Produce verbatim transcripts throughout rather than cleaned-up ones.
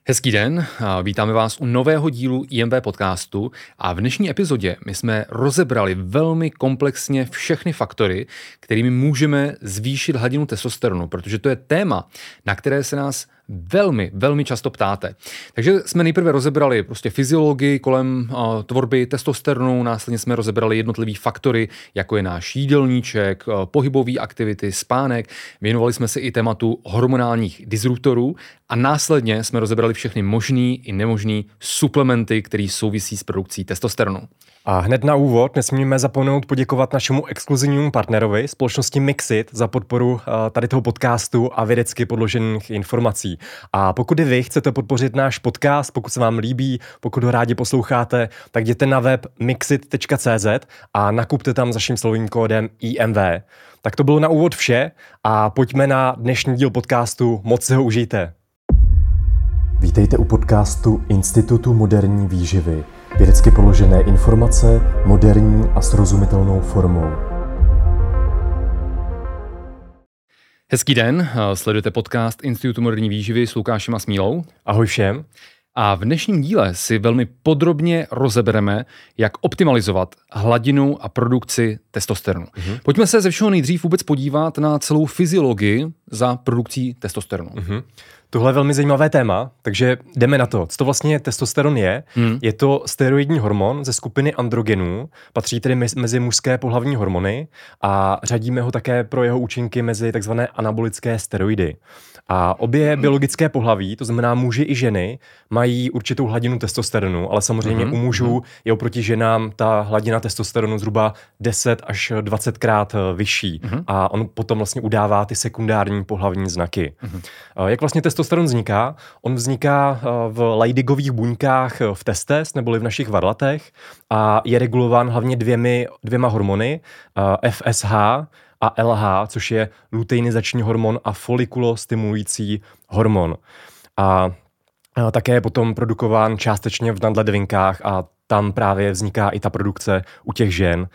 Hezký den, vítáme vás u nového dílu I M V podcastu a v dnešní epizodě my jsme rozebrali velmi komplexně všechny faktory, kterými můžeme zvýšit hladinu testosteronu, protože to je téma, na které se nás velmi, velmi často ptáte. Takže jsme nejprve rozebrali prostě fyziologii kolem uh, tvorby testosteronu, následně jsme rozebrali jednotlivý faktory, jako je náš jídelníček, uh, pohybové aktivity, spánek, věnovali jsme se i tématu hormonálních disruptorů a následně jsme rozebrali všechny možný i nemožný suplementy, které souvisí s produkcí testosteronu. A hned na úvod nesmíme zapomenout poděkovat našemu exkluzivnímu partnerovi, společnosti Mixit, za podporu uh, tady toho podcastu a vědecky podložených informací. A pokud i vy chcete podpořit náš podcast, pokud se vám líbí, pokud ho rádi posloucháte, tak jděte na web mixit tečka cé zet a nakupte tam s naším slovním kódem I M V. Tak to bylo na úvod vše a pojďme na dnešní díl podcastu, moc se ho užijte. Vítejte u podcastu Institutu moderní výživy. Vědecky podložené informace, moderní a srozumitelnou formou. Hezký den, sledujete podcast Institutu moderní výživy s Lukášem a Smílou. Ahoj všem. A v dnešním díle si velmi podrobně rozebereme, jak optimalizovat hladinu a produkci testosteronu. Mm-hmm. Pojďme se ze všeho nejdřív vůbec podívat na celou fyziologii za produkcí testosteronu. Mm-hmm. Tohle je velmi zajímavé téma, takže jdeme na to. Co to vlastně testosteron je? Hmm. Je to steroidní hormon ze skupiny androgenů, patří tedy mezi mužské pohlavní hormony a řadíme ho také pro jeho účinky mezi takzvané anabolické steroidy. A obě biologické pohlaví, to znamená muži i ženy, mají určitou hladinu testosteronu, ale samozřejmě mm-hmm. u mužů je oproti ženám ta hladina testosteronu zhruba deset až dvacet krát vyšší mm-hmm. a on potom vlastně udává ty sekundární pohlavní znaky. Mm-hmm. Jak vlastně testosteron vzniká? On vzniká v Leydigových buňkách v testes neboli v našich varlatech a je regulován hlavně dvěmi, dvěma hormony, F S H a L H, což je luteinizační hormon a folikulostimulující hormon. A také je potom produkován částečně v nadledvinkách a tam právě vzniká i ta produkce u těch žen.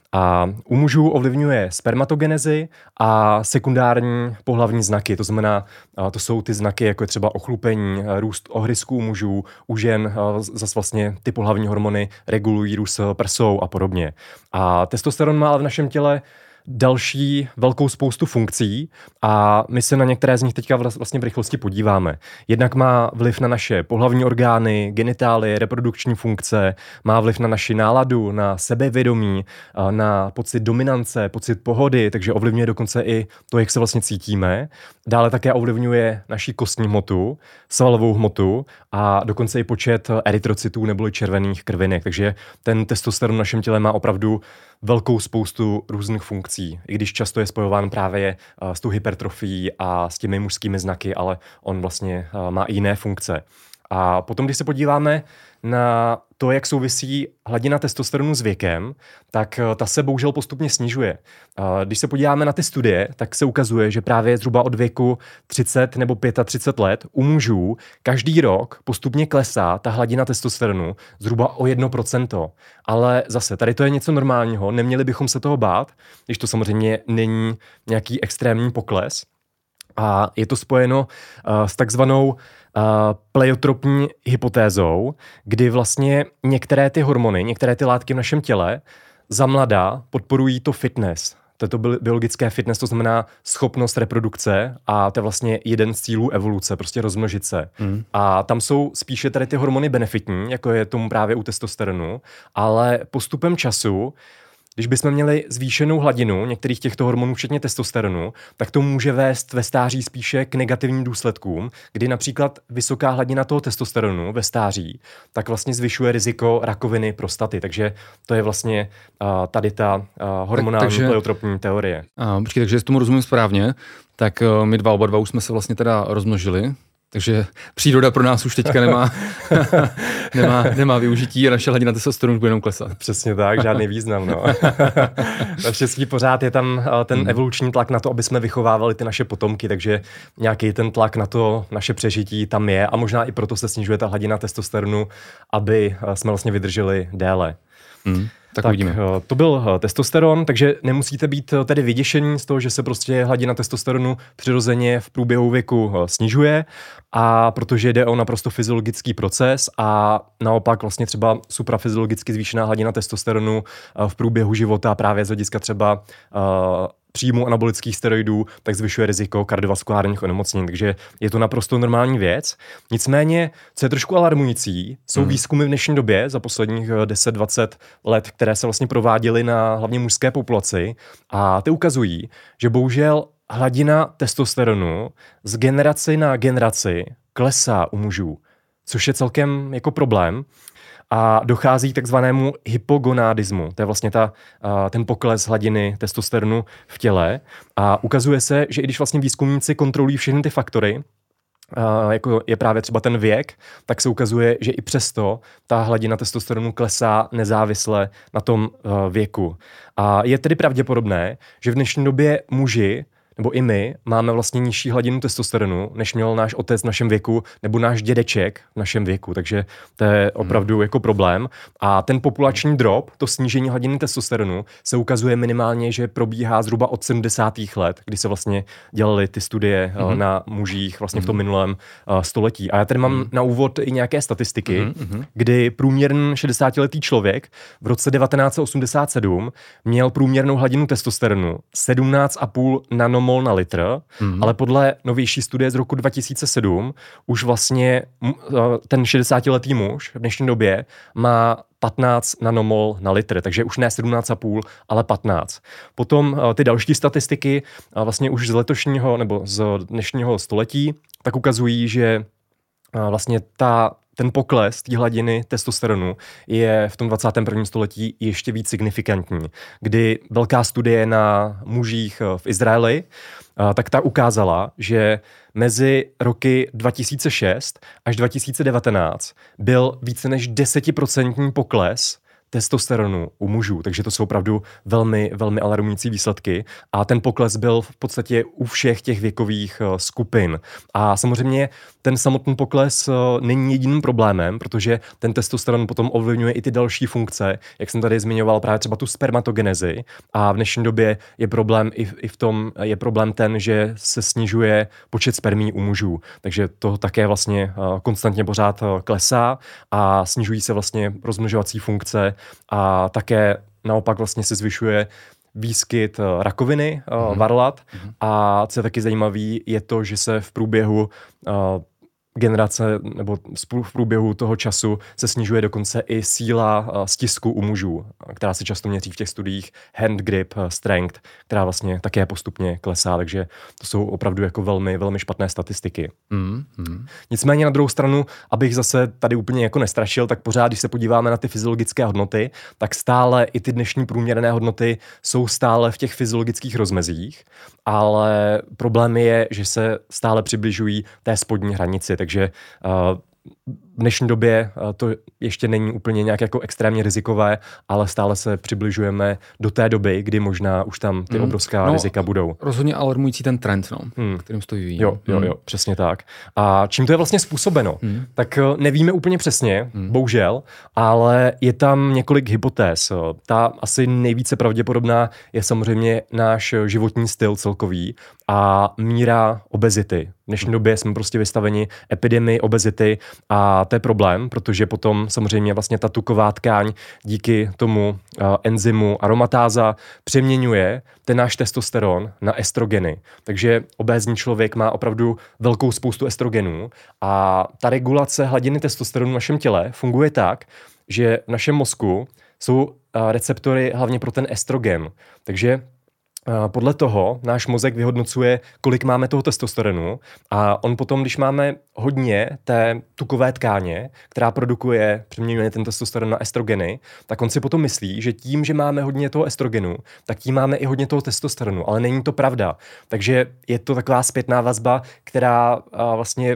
A u mužů ovlivňuje spermatogenezi a sekundární pohlavní znaky, to znamená, to jsou ty znaky, jako je třeba ochlupení, růst ohrysků u mužů, u žen zase vlastně ty pohlavní hormony regulují růst prsou a podobně. A testosteron má ale v našem těle další velkou spoustu funkcí a my se na některé z nich teďka vlastně v rychlosti podíváme. Jednak má vliv na naše pohlavní orgány, genitálie, reprodukční funkce, má vliv na naši náladu, na sebevědomí, na pocit dominance, pocit pohody, takže ovlivňuje dokonce i to, jak se vlastně cítíme. Dále také ovlivňuje naši kostní hmotu, svalovou hmotu a dokonce i počet erytrocytů neboli červených krvinek. Takže ten testosteron v našem těle má opravdu velkou spoustu různých funkcí, i když často je spojován právě s tou hypertrofií a s těmi mužskými znaky, ale on vlastně má i jiné funkce. A potom, když se podíváme na to, jak souvisí hladina testosteronu s věkem, tak ta se bohužel postupně snižuje. Když se podíváme na ty studie, tak se ukazuje, že právě zhruba od věku třicet nebo třicet pět let u mužů každý rok postupně klesá ta hladina testosteronu zhruba o jedno procento. Ale zase, tady to je něco normálního, neměli bychom se toho bát, když to samozřejmě není nějaký extrémní pokles. A je to spojeno uh, s takzvanou uh, pleiotropní hypotézou, kdy vlastně některé ty hormony, některé ty látky v našem těle za mladá podporují to fitness. To je to biologické fitness, to znamená schopnost reprodukce a to je vlastně jeden z cílů evoluce, prostě rozmnožit se. Mm. A tam jsou spíše tady ty hormony benefitní, jako je tomu právě u testosteronu, ale postupem času, když bychom měli zvýšenou hladinu některých těchto hormonů, včetně testosteronu, tak to může vést ve stáří spíše k negativním důsledkům, kdy například vysoká hladina toho testosteronu ve stáří tak vlastně zvyšuje riziko rakoviny prostaty. Takže to je vlastně uh, tady ta uh, hormonální tak, takže, pleiotropní teorie. A, počkej, takže jestli tomu rozumím správně, tak uh, my dva oba dva už jsme se vlastně teda rozmnožili. Takže příroda pro nás už teďka nemá, nemá, nemá využití a naše hladina testosteronu bude jenom klesat. Přesně tak, žádný význam. No. Naštěstí pořád je tam ten hmm. evoluční tlak na to, aby jsme vychovávali ty naše potomky, takže nějaký ten tlak na to naše přežití tam je a možná i proto se snižuje ta hladina testosteronu, aby jsme vlastně vydrželi déle. Hmm. Tak, tak uvidíme. To byl testosteron, takže nemusíte být tedy vyděšení z toho, že se prostě hladina testosteronu přirozeně v průběhu věku snižuje, a protože jde o naprosto fyziologický proces a naopak vlastně třeba suprafyziologicky zvýšená hladina testosteronu v průběhu života právě z hlediska třeba uh, příjmu anabolických steroidů, tak zvyšuje riziko kardiovaskulárních onemocnění, takže je to naprosto normální věc. Nicméně, co je trošku alarmující, jsou hmm. výzkumy v dnešní době za posledních deset dvacet let, které se vlastně prováděly na hlavně mužské populaci, a ty ukazují, že bohužel hladina testosteronu z generace na generaci klesá u mužů, což je celkem jako problém. A dochází k takzvanému hypogonádismu. To je vlastně ta, ten pokles hladiny testosteronu v těle. A ukazuje se, že i když vlastně výzkumníci kontrolují všechny ty faktory, jako je právě třeba ten věk, tak se ukazuje, že i přesto ta hladina testosteronu klesá nezávisle na tom věku. A je tedy pravděpodobné, že v dnešní době muži nebo i my máme vlastně nižší hladinu testosteronu, než měl náš otec v našem věku, nebo náš dědeček v našem věku, takže to je opravdu hmm. jako problém. A ten populační drop, to snížení hladiny testosteronu, se ukazuje minimálně, že probíhá zhruba od sedmdesátých let, kdy se vlastně dělaly ty studie hmm. na mužích vlastně hmm. v tom minulém uh, století. A já tady mám hmm. na úvod i nějaké statistiky, hmm. kdy průměrný šedesátiletý člověk v roce devatenáct set osmdesát sedm měl průměrnou hladinu testosteronu sedmnáct celá pět nanomol na litr, mm-hmm. ale podle novější studie z roku dva tisíce sedm už vlastně ten šedesátiletý muž v dnešní době má patnáct nanomol na litr, takže už ne sedmnáct celá pět, ale patnáct. Potom ty další statistiky vlastně už z letošního nebo z dnešního století tak ukazují, že vlastně ta ten pokles té hladiny testosteronu je v tom dvacátém prvním století ještě víc signifikantní, kdy velká studie na mužích v Izraeli, tak ta ukázala, že mezi roky dva tisíce šest až dva tisíce devatenáct byl více než desetiprocentní pokles testosteronu u mužů, takže to jsou opravdu velmi, velmi alarmující výsledky a ten pokles byl v podstatě u všech těch věkových uh, skupin. A samozřejmě ten samotný pokles uh, není jediným problémem, protože ten testosteron potom ovlivňuje i ty další funkce, jak jsem tady zmiňoval právě třeba tu spermatogenezi, a v dnešní době je problém i v, i v tom, je problém ten, že se snižuje počet spermí u mužů, takže to také vlastně uh, konstantně pořád uh, klesá a snižují se vlastně rozmnožovací funkce a také naopak vlastně se zvyšuje výskyt rakoviny, mm-hmm. varlat, mm-hmm. a co je taky zajímavý, je to, že se v průběhu uh, generace nebo v průběhu toho času se snižuje dokonce i síla stisku u mužů, která se často měří v těch studiích hand grip strength, která vlastně také postupně klesá, takže to jsou opravdu jako velmi, velmi špatné statistiky. Mm, mm. Nicméně na druhou stranu, abych zase tady úplně jako nestrašil, tak pořád, když se podíváme na ty fyziologické hodnoty, tak stále i ty dnešní průměrné hodnoty jsou stále v těch fyziologických rozmezích, ale problém je, že se stále přibližují té spodní hranici, takže uh, v dnešní době to ještě není úplně nějak jako extrémně rizikové, ale stále se přibližujeme do té doby, kdy možná už tam ty obrovská no, rizika budou. Rozhodně alarmující ten trend, no, hmm. kterým stojí vyvíjí. Jo, jo, jo, přesně tak. A čím to je vlastně způsobeno? Hmm. Tak nevíme úplně přesně, hmm. bohužel, ale je tam několik hypotéz. Ta asi nejvíce pravděpodobná je samozřejmě náš životní styl celkový a míra obezity. V dnešní době jsme prostě vystaveni epidemii obezity a to je problém, protože potom samozřejmě vlastně ta tuková tkáň díky tomu uh, enzymu aromatáza přeměňuje ten náš testosteron na estrogeny. Takže obézní člověk má opravdu velkou spoustu estrogenů a ta regulace hladiny testosteronu v našem těle funguje tak, že v našem mozku jsou uh, receptory hlavně pro ten estrogen. Takže podle toho náš mozek vyhodnocuje, kolik máme toho testosteronu a on potom, když máme hodně té tukové tkáně, která produkuje, přeměňuje ten testosteron na estrogeny, tak on si potom myslí, že tím, že máme hodně toho estrogenu, tak tím máme i hodně toho testosteronu, ale není to pravda. Takže je to taková zpětná vazba, která a, vlastně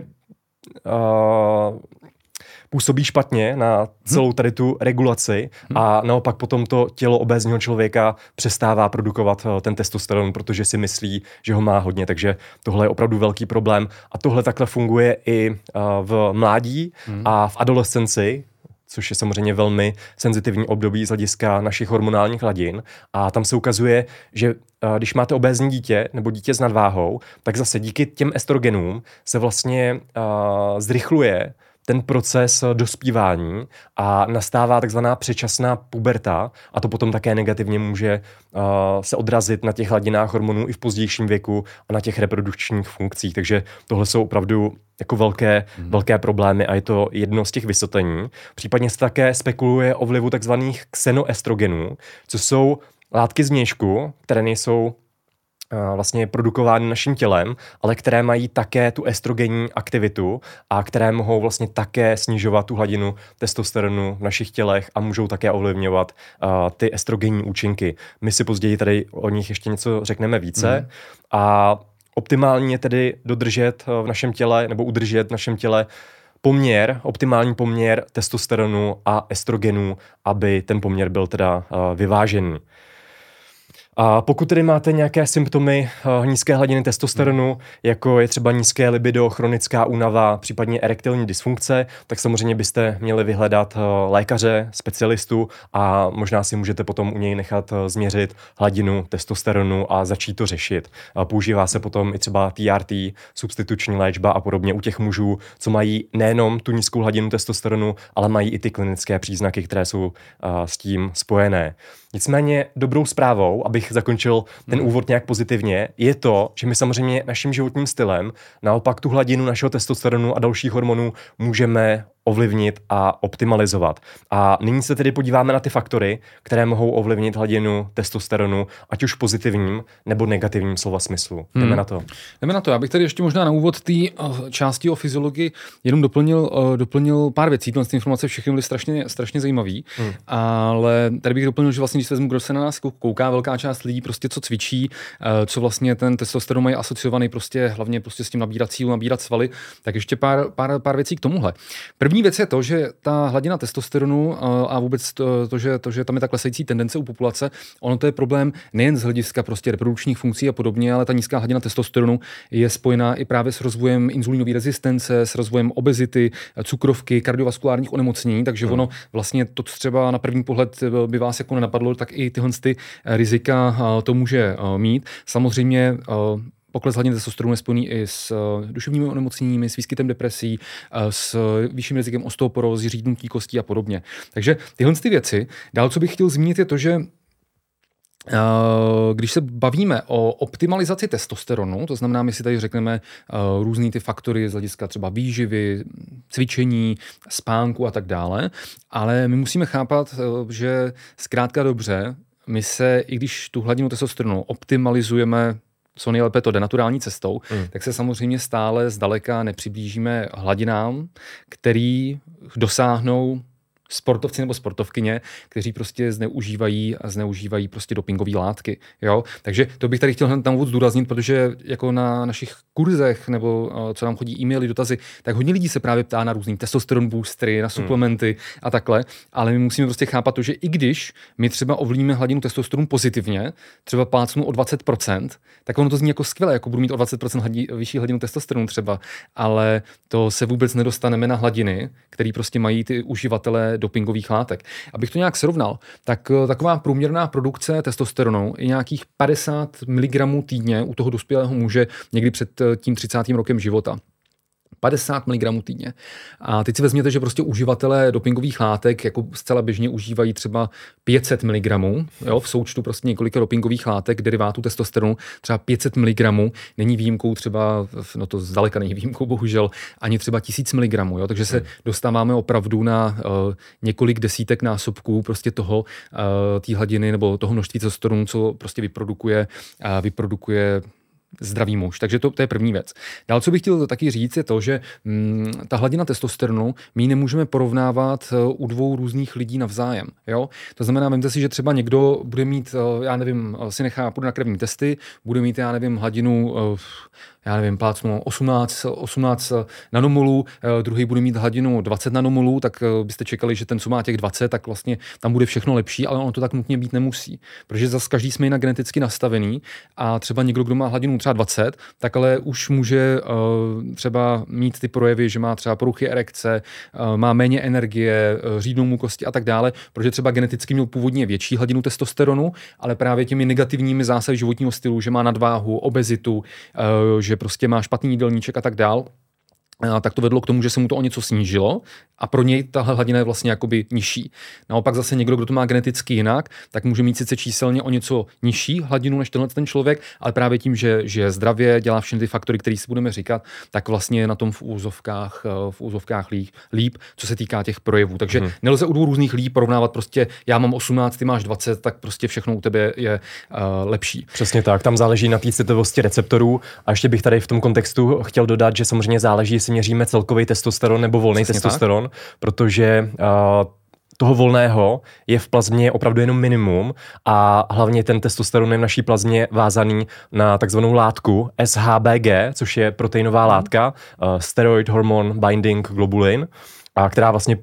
a, působí špatně na celou tady tu regulaci a naopak potom to tělo obézního člověka přestává produkovat ten testosteron, protože si myslí, že ho má hodně, takže tohle je opravdu velký problém a tohle takhle funguje i v mládí hmm. a v adolescenci, což je samozřejmě velmi senzitivní období z hlediska našich hormonálních hladin. A tam se ukazuje, že když máte obézní dítě nebo dítě s nadváhou, tak zase díky těm estrogenům se vlastně uh, zrychluje ten proces dospívání a nastává takzvaná předčasná puberta a to potom také negativně může uh, se odrazit na těch hladinách hormonů i v pozdějším věku a na těch reprodukčních funkcích. Takže tohle jsou opravdu jako velké, hmm. velké problémy a je to jedno z těch vysvětlení. Případně se také spekuluje o vlivu takzvaných xenoestrogenů, co jsou látky z vnějšku, které nejsou vlastně produkovány naším tělem, ale které mají také tu estrogenní aktivitu a které mohou vlastně také snižovat tu hladinu testosteronu v našich tělech a můžou také ovlivňovat uh, ty estrogenní účinky. My si později tady o nich ještě něco řekneme více mm. a optimální je tedy dodržet v našem těle nebo udržet v našem těle poměr, optimální poměr testosteronu a estrogenu, aby ten poměr byl teda uh, vyvážený. A pokud tedy máte nějaké symptomy uh, nízké hladiny testosteronu, jako je třeba nízké libido, chronická únava, případně erektilní dysfunkce, tak samozřejmě byste měli vyhledat uh, lékaře, specialistu a možná si můžete potom u něj nechat uh, změřit hladinu testosteronu a začít to řešit. Uh, používá se potom i třeba T R T, substituční léčba a podobně u těch mužů, co mají nejenom tu nízkou hladinu testosteronu, ale mají i ty klinické příznaky, které jsou uh, s tím spojené. Nicméně dobrou zprávou, abych zakončil ten hmm. úvod nějak pozitivně, je to, že my samozřejmě naším životním stylem naopak tu hladinu našeho testosteronu a dalších hormonů můžeme ovlivnit a optimalizovat. A nyní se tedy podíváme na ty faktory, které mohou ovlivnit hladinu testosteronu, ať už v pozitivním nebo negativním slova smyslu. Jdeme hmm. na to. Jdeme na to. Já bych tady ještě možná na úvod té uh, části o fyziologii jenom doplnil, uh, doplnil pár věcí. Tyhle informace všechny byly strašně, strašně zajímavý, hmm. ale tady bych doplnil, že vlastně, když se vezmu, kdo se na nás kouká, velká část lidí prostě co cvičí, uh, co vlastně ten testosteron mají asociovaný prostě hlavně prostě s tím nabírat sílu, nabírat svaly, tak ještě pár, pár, pár věcí k tomuhle. První věc je to, že ta hladina testosteronu a vůbec to, to, že, to, že tam je ta klesající tendence u populace, ono to je problém nejen z hlediska prostě reprodukčních funkcí a podobně, ale ta nízká hladina testosteronu je spojená i právě s rozvojem inzulínové rezistence, s rozvojem obezity, cukrovky, kardiovaskulárních onemocnění, takže ono vlastně to třeba na první pohled by vás jako nenapadlo, tak i tyhle ty rizika to může mít. Samozřejmě pokles hladiny testosteronu je spojený i s uh, duševními onemocněními, s výskytem depresí, uh, s vyšším rizikem osteoporózy, řídnutí kostí a podobně. Takže tyhle ty věci. Dál, co bych chtěl zmínit, je to, že Uh, když se bavíme o optimalizaci testosteronu, to znamená, my si tady řekneme uh, různý ty faktory z hlediska třeba výživy, cvičení, spánku a tak dále, ale my musíme chápat, uh, že zkrátka dobře, my se, i když tu hladinu testosteronu optimalizujeme co nejlépe to jde naturální cestou, mm. tak se samozřejmě stále zdaleka nepřiblížíme hladinám, který dosáhnou sportovci nebo sportovkyně, kteří prostě zneužívají a zneužívají prostě dopingové látky. Jo? Takže to bych tady chtěl tam úvod zdůraznit, protože jako na našich kurzech nebo uh, co nám chodí e-maily, dotazy, tak hodně lidí se právě ptá na různý testosteron boostery, na suplementy hmm. a takhle, ale my musíme prostě chápat to, že i když my třeba ovlivníme hladinu testosteronu pozitivně, třeba plácnu o dvacet procent, tak ono to zní jako skvěle, jako budu mít o dvacet procent hladí, vyšší hladinu testosteronu třeba, ale to se vůbec nedostaneme na hladiny, které prostě mají ty uživatelé dopingových látek. Abych to nějak srovnal, tak taková průměrná produkce testosteronu je nějakých padesát miligramů týdně u toho dospělého muže někdy před tím třicátým rokem života. padesát miligramů týdně. A teď si vezměte, že prostě uživatelé dopingových látek jako zcela běžně užívají třeba pět set miligramů, jo, v součtu prostě několika dopingových látek, derivátů testosteronu, třeba pět set miligramů, není výjimkou třeba, no to zdaleka není výjimkou, bohužel, ani třeba tisíc miligramů, jo, takže se hmm. dostáváme opravdu na uh, několik desítek násobků prostě toho, uh, té hladiny nebo toho množství testosteronu, co prostě vyprodukuje, uh, vyprodukuje zdravý muž. Takže to, to je první věc. Dál, co bych chtěl taky říct, je to, že hm, ta hladina testosteronu my ji nemůžeme porovnávat uh, u dvou různých lidí navzájem. Jo? To znamená, vemte si, že třeba někdo bude mít, uh, já nevím, si nechá půjde na krevní testy, bude mít, já nevím, hladinu uh, já nevím, plácnu osmnáct, osmnáct nanomolů, uh, druhý bude mít hladinu dvacet nanomolů, tak uh, byste čekali, že ten, co má těch dvacet, tak vlastně tam bude všechno lepší, ale ono to tak nutně být nemusí. Protože zase každý jsme jinak geneticky nastavený a třeba někdo, kdo má hladinu třeba dvacet, tak ale už může uh, třeba mít ty projevy, že má třeba poruchy erekce, uh, má méně energie, uh, řídnou mu kosti a tak dále, protože třeba geneticky měl původně větší hladinu testosteronu, ale právě těmi negativními zásahy životního stylu, že má nadváhu, obezitu, uh, že prostě má špatný jídelníček a tak dál, tak to vedlo k tomu, že se mu to o něco snížilo a pro něj ta hladina je vlastně jakoby nižší. Naopak zase někdo, kdo to má geneticky jinak, tak může mít sice číselně o něco nižší hladinu než tenhle ten člověk, ale právě tím, že, že zdravě dělá všechny ty faktory, které si budeme říkat, tak vlastně je na tom v úzovkách, v úzovkách líp, líp, co se týká těch projevů. Takže hmm. nelze u dvou různých líp porovnávat prostě já mám osmnáct, ty máš dvacet, tak prostě všechno u tebe je uh, lepší. Přesně tak, tam záleží na té citlivosti receptorů a ještě bych tady v tom kontextu chtěl dodat, že samozřejmě záleží, jestli měříme celkový testosteron nebo volný testosteron, tak? Protože uh, toho volného je v plazmě opravdu jenom minimum a hlavně ten testosteron je v naší plazmě vázaný na takzvanou látku S H B G, což je proteinová hmm. látka, uh, steroid hormone binding globulin, a která vlastně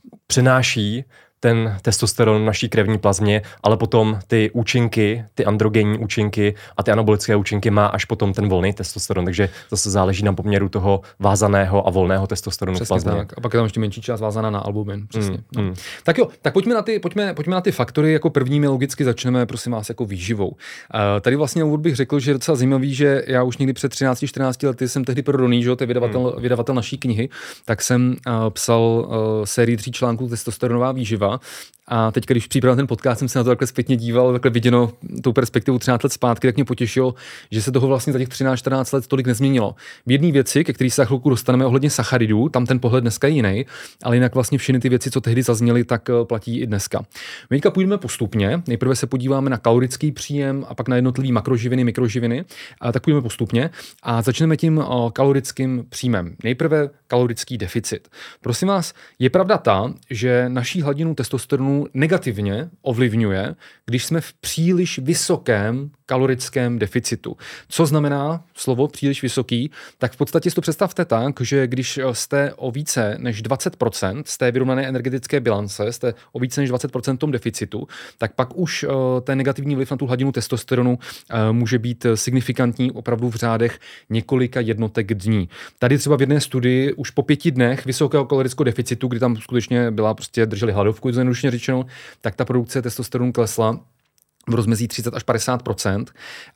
přenáší ten testosteron v naší krevní plazmě, ale potom ty účinky, ty androgenní účinky a ty anabolické účinky má až potom ten volný testosteron, takže zase záleží na poměru toho vázaného a volného testosteronu v plazmě. Tak. A pak je tam ještě menší část vázaná na albumin. Přesně. Mm, no. mm. Tak jo, tak pojďme na, ty, pojďme, pojďme na ty faktory. Jako první my logicky začneme, prosím vás, jako výživou. Uh, tady vlastně úvod bych řekl, že je docela zajímavý, že já už někdy před třinácti čtrnácti lety jsem tehdy pro Roný, že to je vydavatel, mm. vydavatel naší knihy, tak jsem uh, psal uh, sérii tří článků Testosteronová výživa. A teď, když připravil ten podcast, jsem se na to takhle zpětně díval, takhle viděno tou perspektivu třináct let zpátky, tak mě potěšilo, že se toho vlastně za těch třináct čtrnáct let tolik nezměnilo. V jedné věci, ke které se za chvilku dostaneme ohledně sacharidů, tam ten pohled dneska je jiný, ale jinak vlastně všechny ty věci, co tehdy zazněly, tak platí i dneska. My teďka půjdeme postupně. Nejprve se podíváme na kalorický příjem a pak na jednotlivý makroživiny, mikroživiny. A tak půjdeme postupně a začneme tím kalorickým příjmem. Nejprve kalorický deficit. Prosím vás, je pravda ta, že naší hladinu testosteronu negativně ovlivňuje, když jsme v příliš vysokém kalorickém deficitu. Co znamená slovo příliš vysoký? Tak v podstatě si to představte tak, že když jste o více než dvacet procent z té vyrovnané energetické bilance, jste o více než dvacet procent v tom deficitu, tak pak už uh, ten negativní vliv na tu hladinu testosteronu uh, může být signifikantní opravdu v řádech několika jednotek dní. Tady třeba v jedné studii už po pěti dnech vysokého kalorického deficitu, kdy tam skutečně byla prostě drželi hladovku, zjednodušeně řečeno, tak ta produkce testosteronu klesla v rozmezí třicet až padesát procent.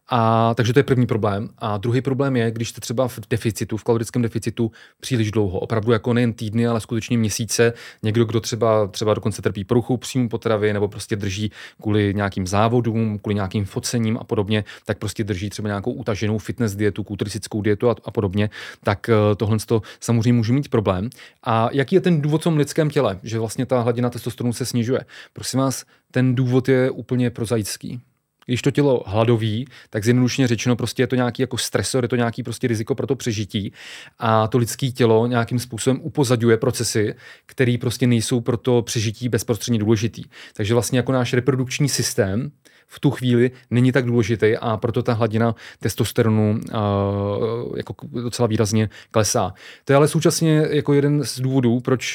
A takže to je první problém. A druhý problém je, když jste třeba v deficitu, v kalorickém deficitu příliš dlouho. Opravdu jako nejen týdny, ale skutečně měsíce. Někdo, kdo třeba, třeba dokonce trpí poruchou příjmu potravy nebo prostě drží kvůli nějakým závodům, kvůli nějakým focením a podobně, tak prostě drží třeba nějakou utaženou fitness dietu, kulturistickou dietu a, a podobně. Tak tohle to samozřejmě může mít problém. A jaký je ten důvod v tom lidském těle, že vlastně ta hladina testosteronu se snižuje? Prosím vás, ten důvod je úplně prozaický. Když to tělo hladoví, tak zjednodušeně řečeno prostě je to nějaký jako stresor, je to nějaký prostě riziko pro to přežití a to lidské tělo nějakým způsobem upozadňuje procesy, které prostě nejsou pro to přežití bezprostředně důležitý. Takže vlastně jako náš reprodukční systém v tu chvíli není tak důležitý a proto ta hladina testosteronu uh, jako docela výrazně klesá. To je ale současně jako jeden z důvodů, proč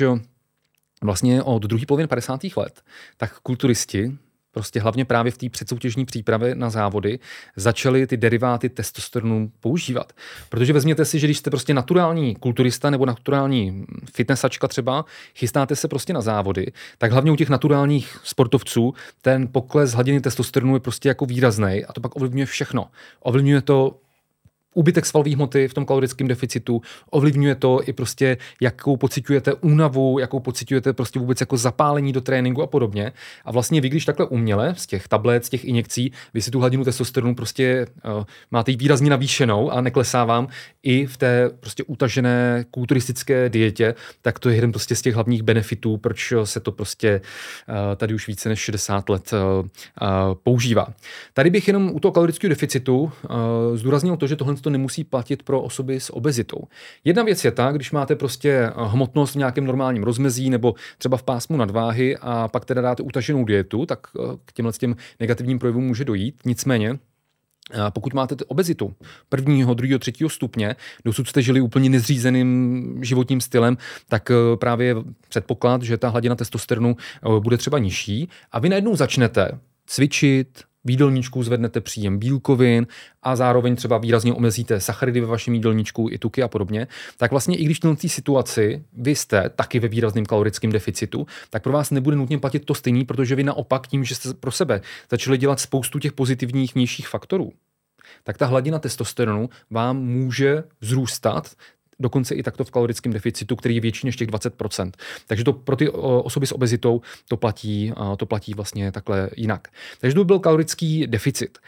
vlastně od druhé poloviny padesátých let tak kulturisti prostě hlavně právě v té předsoutěžní přípravě na závody začali ty deriváty testosteronu používat. Protože vezměte si, že když jste prostě naturální kulturista nebo naturální fitnessačka třeba, chystáte se prostě na závody, tak hlavně u těch naturálních sportovců ten pokles hladiny testosteronu je prostě jako výrazný a to pak ovlivňuje všechno. Ovlivňuje to úbytek svalové hmoty v tom kalorickém deficitu, ovlivňuje to i prostě, jakou pociťujete únavu, jakou pociťujete prostě vůbec jako zapálení do tréninku a podobně. A vlastně vy, když takhle uměle z těch tablet, z těch injekcí, vy si tu hladinu testosteronu prostě uh, máte ji výrazně navýšenou a neklesá vám i v té prostě utažené kulturistické dietě, tak to je jeden prostě z těch hlavních benefitů, proč se to prostě uh, tady už více než šedesát let uh, uh, používá. Tady bych jenom u toho kalorického deficitu uh, zdůraznil to, že tohle to nemusí platit pro osoby s obezitou. Jedna věc je ta, když máte prostě hmotnost v nějakém normálním rozmezí nebo třeba v pásmu nadváhy a pak teda dáte utaženou dietu, tak k těmhle těm negativním projevům může dojít. Nicméně, pokud máte obezitu prvního, druhého, třetího stupně, dosud jste žili úplně nezřízeným životním stylem, tak právě předpoklad, že ta hladina testosteronu bude třeba nižší a vy najednou začnete cvičit, v jídelníčku zvednete příjem bílkovin a zároveň třeba výrazně omezíte sacharidy ve vašem jídelníčku, i tuky a podobně, tak vlastně i když v této situaci vy jste taky ve výrazném kalorickém deficitu, tak pro vás nebude nutně platit to stejný, protože vy naopak tím, že jste pro sebe začali dělat spoustu těch pozitivních vnějších faktorů, tak ta hladina testosteronu vám může vzrůstat dokonce i takto v kalorickém deficitu, který je větší než těch dvacet procent. Takže to pro ty osoby s obezitou to platí, to platí vlastně takhle jinak. Takže to byl kalorický deficit.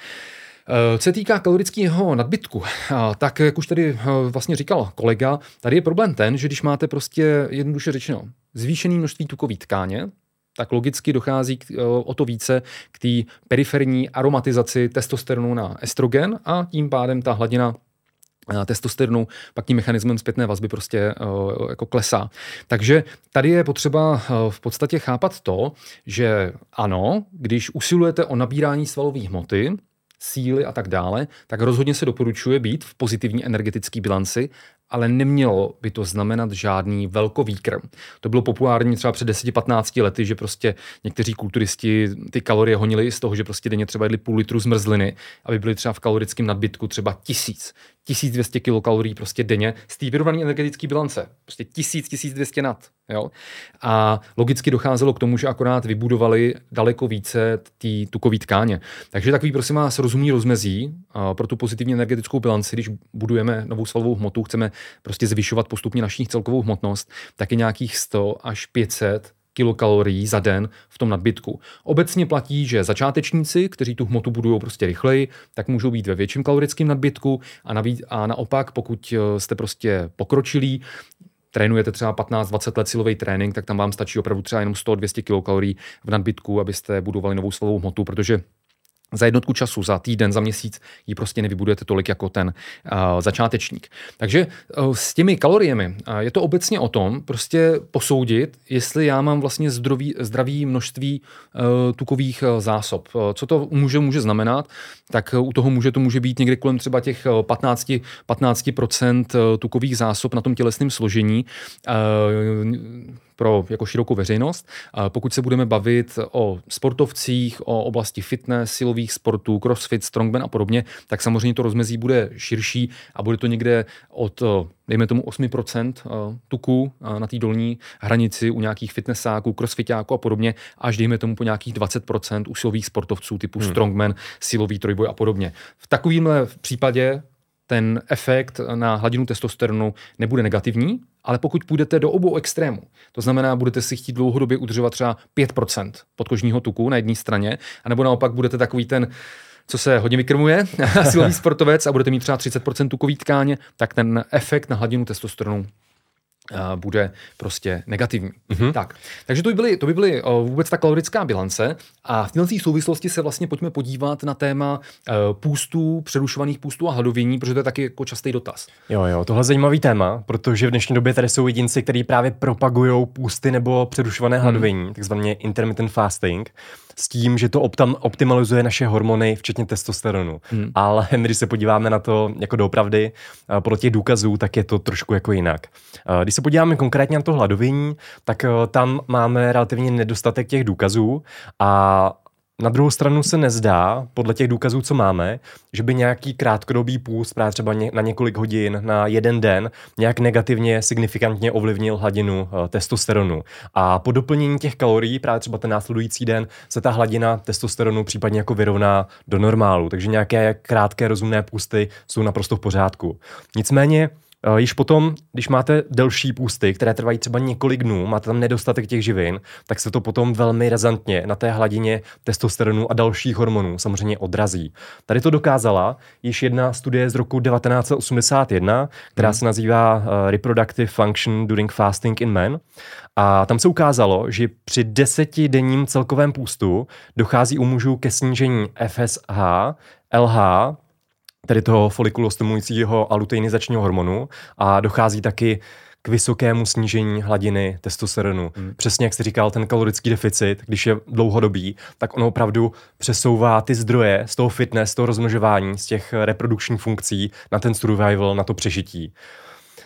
Co se týká kalorického nadbytku, tak jak už tady vlastně říkal kolega, tady je problém ten, že když máte prostě jednoduše řečeno zvýšené množství tukové tkáně, tak logicky dochází k, o to více k té periferní aromatizaci testosteronu na estrogen a tím pádem ta hladina testosteronu pak tím mechanismem zpětné vazby prostě uh, jako klesá. Takže tady je potřeba uh, v podstatě chápat to, že ano, když usilujete o nabírání svalové hmoty, síly a tak dále, tak rozhodně se doporučuje být v pozitivní energetické bilanci, ale nemělo by to znamenat žádný velkovýkrm. To bylo populární třeba před deseti patnácti lety, že prostě někteří kulturisti ty kalorie honili z toho, že prostě denně třeba jedli půl litru zmrzliny, aby byli třeba v kalorickém nadbytku třeba tisíc, tisíc dvě stě kilokalorií prostě denně z té vyrovnané energetické bilance. Prostě tisíc, tisíc dvě stě nad. Jo? A logicky docházelo k tomu, že akorát vybudovali daleko více té tukové tkáně. Takže takový, prosím vás, rozumný rozmezí pro tu pozitivní energetickou bilanci, když budujeme novou svalovou hmotu, chceme prostě zvyšovat postupně naši celkovou hmotnost, tak je nějakých sto až pět set kilokalorií za den v tom nadbytku. Obecně platí, že začátečníci, kteří tu hmotu budují prostě rychleji, tak můžou být ve větším kalorickém nadbytku a, navíc, a naopak, pokud jste prostě pokročilí, trénujete třeba patnáct dvacet let silový trénink, tak tam vám stačí opravdu třeba jenom sto až dvě stě kilokalorií v nadbytku, abyste budovali novou svalovou hmotu, protože za jednotku času, za týden, za měsíc ji prostě nevybudujete tolik jako ten uh, začátečník. Takže uh, s těmi kaloriemi uh, je to obecně o tom prostě posoudit, jestli já mám vlastně zdravý, zdravý množství uh, tukových uh, zásob. Uh, co to může, může znamenat? Tak uh, u toho může to může být někde kolem třeba těch patnáct procent uh, tukových zásob na tom tělesném složení. Uh, pro jako širokou veřejnost. Pokud se budeme bavit o sportovcích, o oblasti fitness, silových sportů, crossfit, strongman a podobně, tak samozřejmě to rozmezí bude širší a bude to někde od, dejme tomu, osm procent tuku na té dolní hranici u nějakých fitnessáků, crossfitáků a podobně, až dejme tomu po nějakých dvacet procent u silových sportovců typu hmm. strongman, silový trojboj a podobně. V takovémhle případě ten efekt na hladinu testosteronu nebude negativní, ale pokud půjdete do obou extrémů, to znamená, budete si chtít dlouhodobě udržovat třeba pět procent podkožního tuku na jedné straně, anebo naopak budete takový ten, co se hodně vykrmuje, silový sportovec a budete mít třeba třicet procent tukový tkáně, tak ten efekt na hladinu testosteronu bude prostě negativní. Mm-hmm. Tak. Takže to by byly, to by byly vůbec ta kalorická bilance a v této souvislosti se vlastně pojďme podívat na téma půstů, přerušovaných půstů a hladovění, protože to je taky jako častý dotaz. Jo, jo, tohle je zajímavý téma, protože v dnešní době tady jsou jedinci, kteří právě propagují půsty nebo přerušované hladovění, mm. takzvaně intermittent fasting, s tím, že to optam, optimalizuje naše hormony, včetně testosteronu. Hmm. Ale když se podíváme na to jako doopravdy, podle těch důkazů, tak je to trošku jako jinak. Když se podíváme konkrétně na to hladovění, tak tam máme relativně nedostatek těch důkazů a na druhou stranu se nezdá, podle těch důkazů, co máme, že by nějaký krátkodobý půst, právě třeba na několik hodin, na jeden den, nějak negativně, signifikantně ovlivnil hladinu uh, testosteronu. A po doplnění těch kalorií, právě třeba ten následující den, se ta hladina testosteronu případně jako vyrovná do normálu. Takže nějaké krátké rozumné půsty jsou naprosto v pořádku. Nicméně, Uh, již potom, když máte delší půsty, které trvají třeba několik dnů, máte tam nedostatek těch živin, tak se to potom velmi razantně na té hladině testosteronu a dalších hormonů samozřejmě odrazí. Tady to dokázala již jedna studie z roku devatenáct set osmdesát jedna, která hmm. se nazývá uh, Reproductive Function During Fasting in Men. A tam se ukázalo, že při desetidenním celkovém půstu dochází u mužů ke snížení F S H, L H, tedy toho folikulostimulujícího a luteinizačního hormonu a dochází taky k vysokému snížení hladiny testosteronu. Hmm. Přesně jak jsi říkal, ten kalorický deficit, když je dlouhodobý, tak ono opravdu přesouvá ty zdroje z toho fitness, z toho rozmnožování, z těch reprodukčních funkcí na ten survival, na to přežití.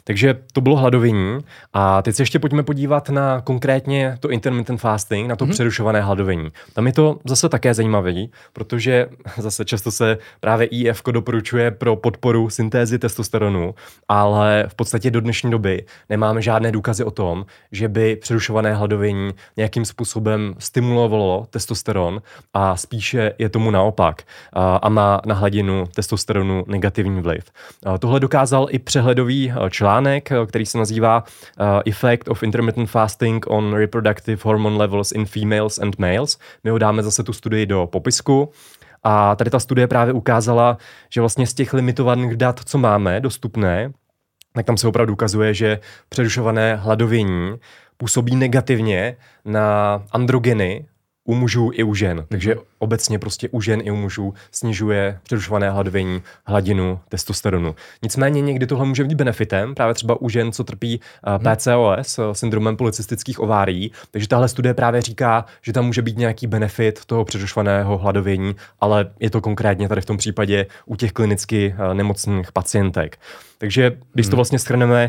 Takže to bylo hladovění a teď se ještě pojďme podívat na konkrétně to intermittent fasting, na to mm-hmm. přerušované hladovění. Tam je to zase také zajímavé, protože zase často se právě I F doporučuje pro podporu syntézy testosteronu, ale v podstatě do dnešní doby nemáme žádné důkazy o tom, že by přerušované hladovění nějakým způsobem stimulovalo testosteron a spíše je tomu naopak a má na hladinu testosteronu negativní vliv. Tohle dokázal i přehledový článek, který se nazývá Effect of Intermittent Fasting on Reproductive Hormone Levels in Females and Males. My ho dáme zase tu studii do popisku. A tady ta studie právě ukázala, že vlastně z těch limitovaných dat, co máme dostupné, tak tam se opravdu ukazuje, že přerušované hladovění působí negativně na androgeny u mužů i u žen. Takže obecně prostě u žen i u mužů snižuje přerušované hladovění hladinu testosteronu. Nicméně někdy tohle může být benefitem, právě třeba u žen, co trpí P C O S, syndromem polycystických ovárií. Takže tahle studie právě říká, že tam může být nějaký benefit toho přerušovaného hladovění, ale je to konkrétně tady v tom případě u těch klinicky nemocných pacientek. Takže když to vlastně shrneme,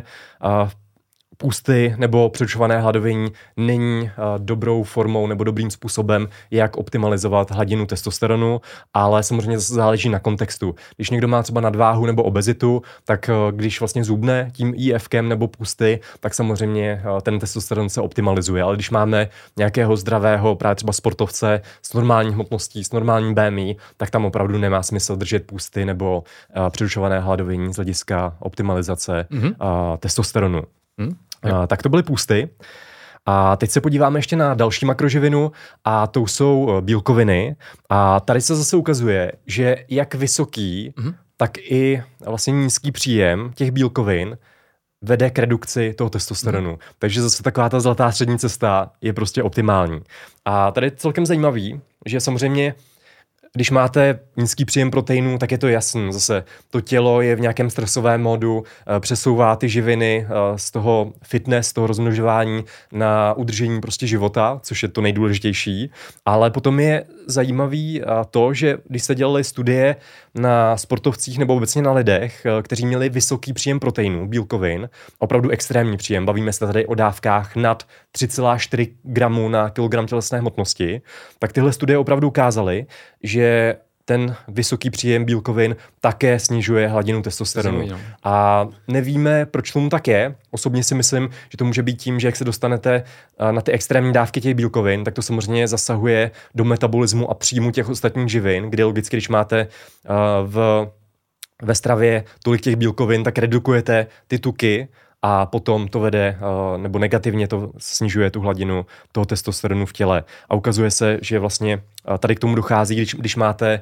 půsty nebo přerušované hladovění není uh, dobrou formou nebo dobrým způsobem, jak optimalizovat hladinu testosteronu, ale samozřejmě záleží na kontextu. Když někdo má třeba nadváhu nebo obezitu, tak uh, když vlastně zubne tím I F kem nebo půsty, tak samozřejmě uh, ten testosteron se optimalizuje. Ale když máme nějakého zdravého, právě třeba sportovce s normální hmotností, s normálním B M I, tak tam opravdu nemá smysl držet půsty nebo uh, přerušované hladovění z hlediska optimalizace mm-hmm. uh, testosteronu. Hmm, a, tak to byly půsty. A teď se podíváme ještě na další makroživinu a to jsou bílkoviny. A tady se zase ukazuje, že jak vysoký, hmm. tak i vlastně nízký příjem těch bílkovin vede k redukci toho testosteronu. Hmm. Takže zase taková ta zlatá střední cesta je prostě optimální. A tady je celkem zajímavý, že samozřejmě když máte nízký příjem proteinů, tak je to jasný. Zase to tělo je v nějakém stresovém módu, přesouvá ty živiny z toho fitness, z toho rozmnožování na udržení prostě života, což je to nejdůležitější. Ale potom je zajímavý to, že když se dělaly studie na sportovcích nebo obecně na lidech, kteří měli vysoký příjem proteinů, bílkovin, opravdu extrémní příjem, bavíme se tady o dávkách nad tři celá čtyři gramu na kilogram tělesné hmotnosti, tak tyhle studie opravdu ukázaly, že ten vysoký příjem bílkovin také snižuje hladinu testosteronu. A nevíme, proč tomu tak je. Osobně si myslím, že to může být tím, že jak se dostanete na ty extrémní dávky těch bílkovin, tak to samozřejmě zasahuje do metabolismu a příjmu těch ostatních živin, kdy logicky, když máte v, ve stravě tolik těch bílkovin, tak redukujete ty tuky, a potom to vede, nebo negativně to snižuje tu hladinu toho testosteronu v těle. A ukazuje se, že vlastně tady k tomu dochází, když, když máte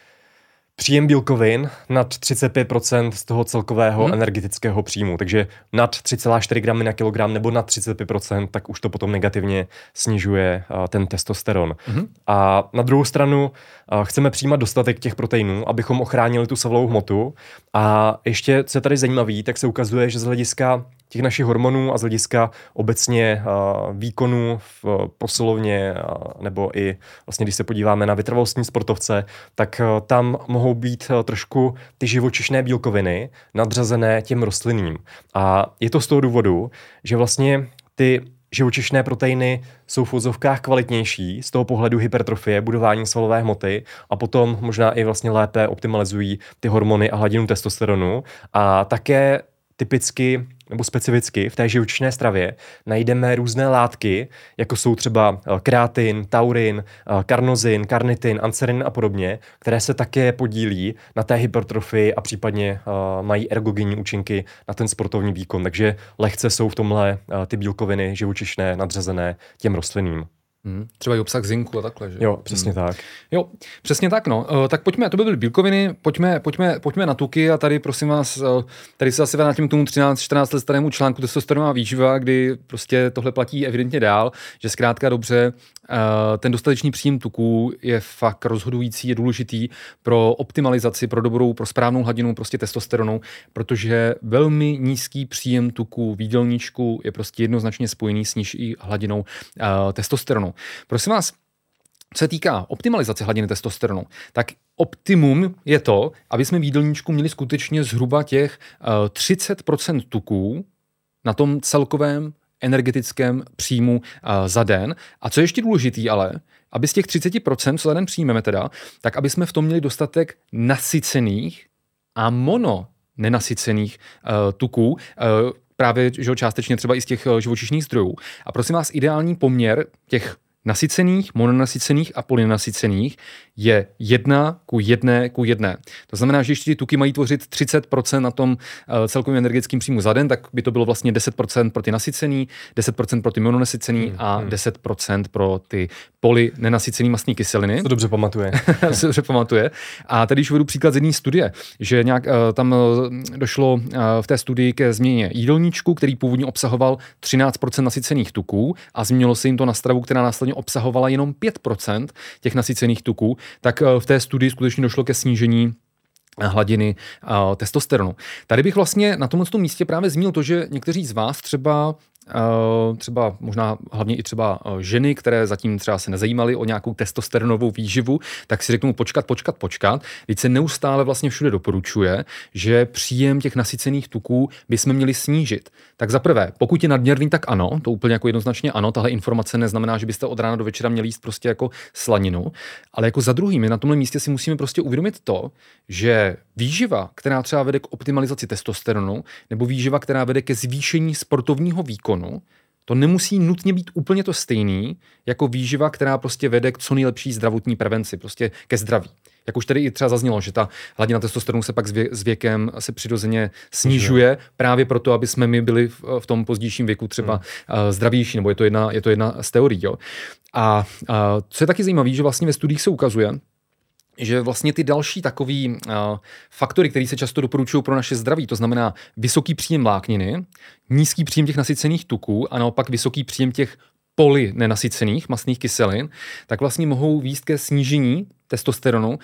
příjem bílkovin nad třicet pět procent z toho celkového hmm. energetického příjmu. Takže nad tři celá čtyři gramy na kilogram nebo nad třicet pět procent, tak už to potom negativně snižuje uh, ten testosteron. Hmm. A na druhou stranu uh, chceme přijímat dostatek těch proteinů, abychom ochránili tu svalovou hmotu. A ještě, co je tady zajímavý, tak se ukazuje, že z hlediska těch našich hormonů a z hlediska obecně uh, výkonu v uh, posilovně uh, nebo i vlastně, když se podíváme na vytrvalostní sportovce, tak uh, tam mohou být uh, trošku ty živočišné bílkoviny nadřazené těm rostlinným. A je to z toho důvodu, že vlastně ty živočišné proteiny jsou v úzovkách kvalitnější z toho pohledu hypertrofie, budování svalové hmoty a potom možná i vlastně lépe optimalizují ty hormony a hladinu testosteronu. A také typicky nebo specificky v té živočišné stravě najdeme různé látky, jako jsou třeba kreatin, taurin, karnozin, karnitin, anserin a podobně, které se také podílí na té hypertrofii a případně uh, mají ergogenní účinky na ten sportovní výkon. Takže lehce jsou v tomhle uh, ty bílkoviny živočišné nadřazené těm rostlinným. Hmm, třeba i obsah zinku a takhle, že? Jo, přesně hmm. tak. Jo, přesně tak, no. Uh, tak pojďme, to by byly bílkoviny, pojďme, pojďme, pojďme na tuky a tady prosím vás, uh, tady se asi vrátím k tomu třináct čtrnáct let starému článku testosteronová výživa, kdy prostě tohle platí evidentně dál, že zkrátka dobře uh, ten dostatečný příjem tuků je fakt rozhodující, je důležitý pro optimalizaci, pro dobrou, pro správnou hladinu prostě testosteronu, protože velmi nízký příjem tuků v jídelníčku je prostě jednoznačně spojený s nižší hladinou uh, testosteronu. Prosím vás, co se týká optimalizace hladiny testosteronu, tak optimum je to, aby jsme v jídelníčku měli skutečně zhruba těch uh, třicet procent tuků na tom celkovém energetickém příjmu uh, za den. A co je ještě důležitý ale, aby z těch třicet procent, co za den přijmeme teda, tak aby jsme v tom měli dostatek nasycených a mono nenasycených uh, tuků, uh, právě že částečně třeba i z těch uh, živočišných zdrojů. A prosím vás, ideální poměr těch nasycených, mononasycených a polynasycených je jedna ku jedné ku jedné. To znamená, že když ty tuky mají tvořit třicet procent na tom uh, celkovém energetickém příjmu za den, tak by to bylo vlastně deset procent pro ty nasycený, deset procent pro ty mononasycený hmm, a hmm. deset procent pro ty polynenasycený mastné kyseliny. To dobře pamatuje. se dobře pamatuje. A tady už uvedu příklad z jedné studie, že nějak uh, tam uh, došlo uh, v té studii ke změně jídelníčku, který původně obsahoval třináct procent nasycených tuků a změnilo se jim to na stravu, která následně obsahovala jenom pět procent těch nasycených tuků, tak v té studii skutečně došlo ke snížení hladiny uh, testosteronu. Tady bych vlastně na tomhle místě právě zmínil to, že někteří z vás třeba Uh, třeba možná hlavně i třeba uh, ženy, které zatím třeba se nezajímaly o nějakou testosteronovou výživu, tak si řeknou počkat, počkat, počkat. Teď se neustále vlastně všude doporučuje, že příjem těch nasycených tuků bychom měli snížit. Tak za prvé, pokud je nadměrný, tak ano, to úplně jako jednoznačně ano, tahle informace neznamená, že byste od rána do večera měli jíst prostě jako slaninu, ale jako za druhým, my na tomhle místě si musíme prostě uvědomit to, že výživa, která třeba vede k optimalizaci testosteronu, nebo výživa, která vede ke zvýšení sportovního výkonu, to nemusí nutně být úplně to stejný jako výživa, která prostě vede k co nejlepší zdravotní prevenci, prostě ke zdraví. Jak už tady i třeba zaznělo, že ta hladina testosteronu se pak s věkem se přirozeně snižuje, právě proto, aby jsme my byli v tom pozdějším věku třeba hmm. zdravější, nebo je to jedna, je to jedna z teorií. Jo. A, a co je taky zajímavé, že vlastně ve studiích se ukazuje, že vlastně ty další takový uh, faktory, které se často doporučují pro naše zdraví, to znamená vysoký příjem vlákniny, nízký příjem těch nasycených tuků a naopak vysoký příjem těch polynenasycených mastných kyselin, tak vlastně mohou vést ke snížení testosteronu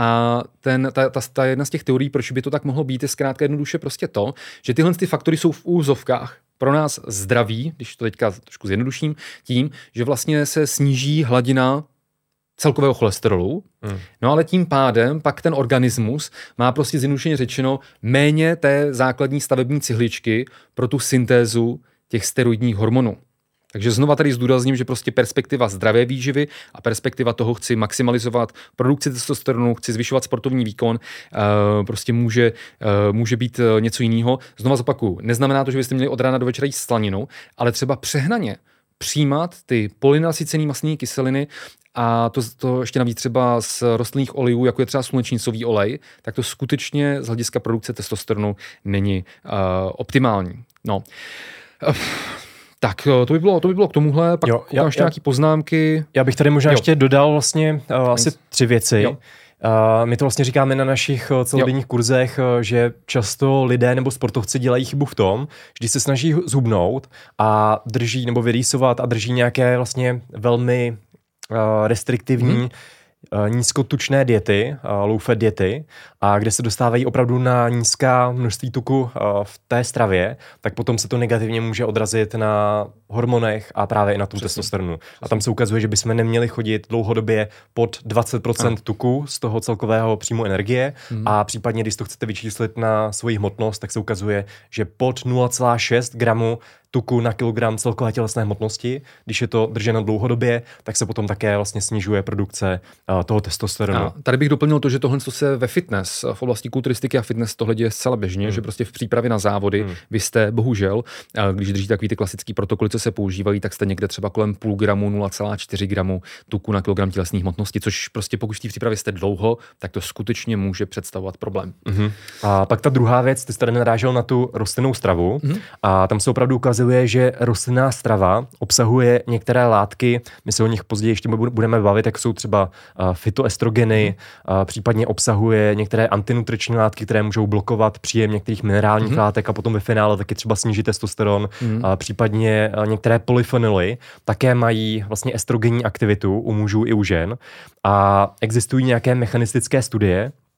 a ten, ta, ta, ta jedna z těch teorií, proč by to tak mohlo být, je zkrátka jednoduše prostě to, že tyhle ty faktory jsou v úzovkách pro nás zdraví, když to teďka trošku zjednoduším, tím, že vlastně se sníží hladina celkového cholesterolu, hmm. no ale tím pádem pak ten organismus má prostě zjednodušeně řečeno méně té základní stavební cihličky pro tu syntézu těch steroidních hormonů. Takže znova tady zdůrazním, že prostě perspektiva zdravé výživy a perspektiva toho chci maximalizovat produkci testosteronu, chci zvyšovat sportovní výkon, uh, prostě může, uh, může být něco jiného. Znova zopakuju, neznamená to, že byste měli od rána do večera jíst slaninu, ale třeba přehnaně přijímat ty polynasycené mastné kyseliny a to, to ještě navíc třeba z rostlinných olejů, jako je třeba slunečnicový olej, tak to skutečně z hlediska produkce testosteronu není uh, optimální. No. Uh, Tak, to by bylo, to by bylo k tomuhle, pak jo, já, ještě já, nějaký poznámky. Já bych tady možná jo. ještě dodal vlastně uh, asi tři věci. Jo. Uh, my to vlastně říkáme na našich celodenních kurzech, uh, že často lidé nebo sportovci dělají chybu v tom, že když se snaží zhubnout a drží nebo vyrýsovat a drží nějaké vlastně velmi uh, restriktivní hmm. nízkotučné diety, low-fat diety, a kde se dostávají opravdu na nízká množství tuku v té stravě, tak potom se to negativně může odrazit na hormonech a právě i na tom testosteronu. A tam se ukazuje, že bychom neměli chodit dlouhodobě pod dvacet procent a. tuku z toho celkového příjmu energie hmm. a případně, když to chcete vyčíslit na svoji hmotnost, tak se ukazuje, že pod nula celá šest gramu tuku na kilogram celkové tělesné hmotnosti, když je to drženo dlouhodobě, tak se potom také vlastně snižuje produkce uh, toho testosteronu. A tady bych doplnil to, že tohle se ve fitness, v oblasti kulturistiky a fitness tohle děje zcela běžně, hmm. že prostě v přípravě na závody hmm. vy jste bohužel, když držíte takový ty klasický protokoly, co se používají, tak jste někde třeba kolem půl gramu, nula celá čtyři gramu tuku na kilogram tělesné hmotnosti, což prostě pokud v té přípravě jste dlouho, tak to skutečně může představovat problém. Hmm. A pak ta druhá věc, ty jste tady narážel na tu rostlinnou stravu hmm. a tam se opravdu ukazuje, že rostlinná strava obsahuje některé látky, my se o nich později ještě budeme bavit, jak jsou třeba uh, fytoestrogeny, uh, případně obsahuje některé antinutriční látky, které můžou blokovat příjem některých minerálních mm-hmm. látek a potom ve finále taky třeba snížit testosteron, mm-hmm. uh, případně uh, některé polyfenoly také mají vlastně estrogenní aktivitu u mužů i u žen a existují nějaké mechanistické studie,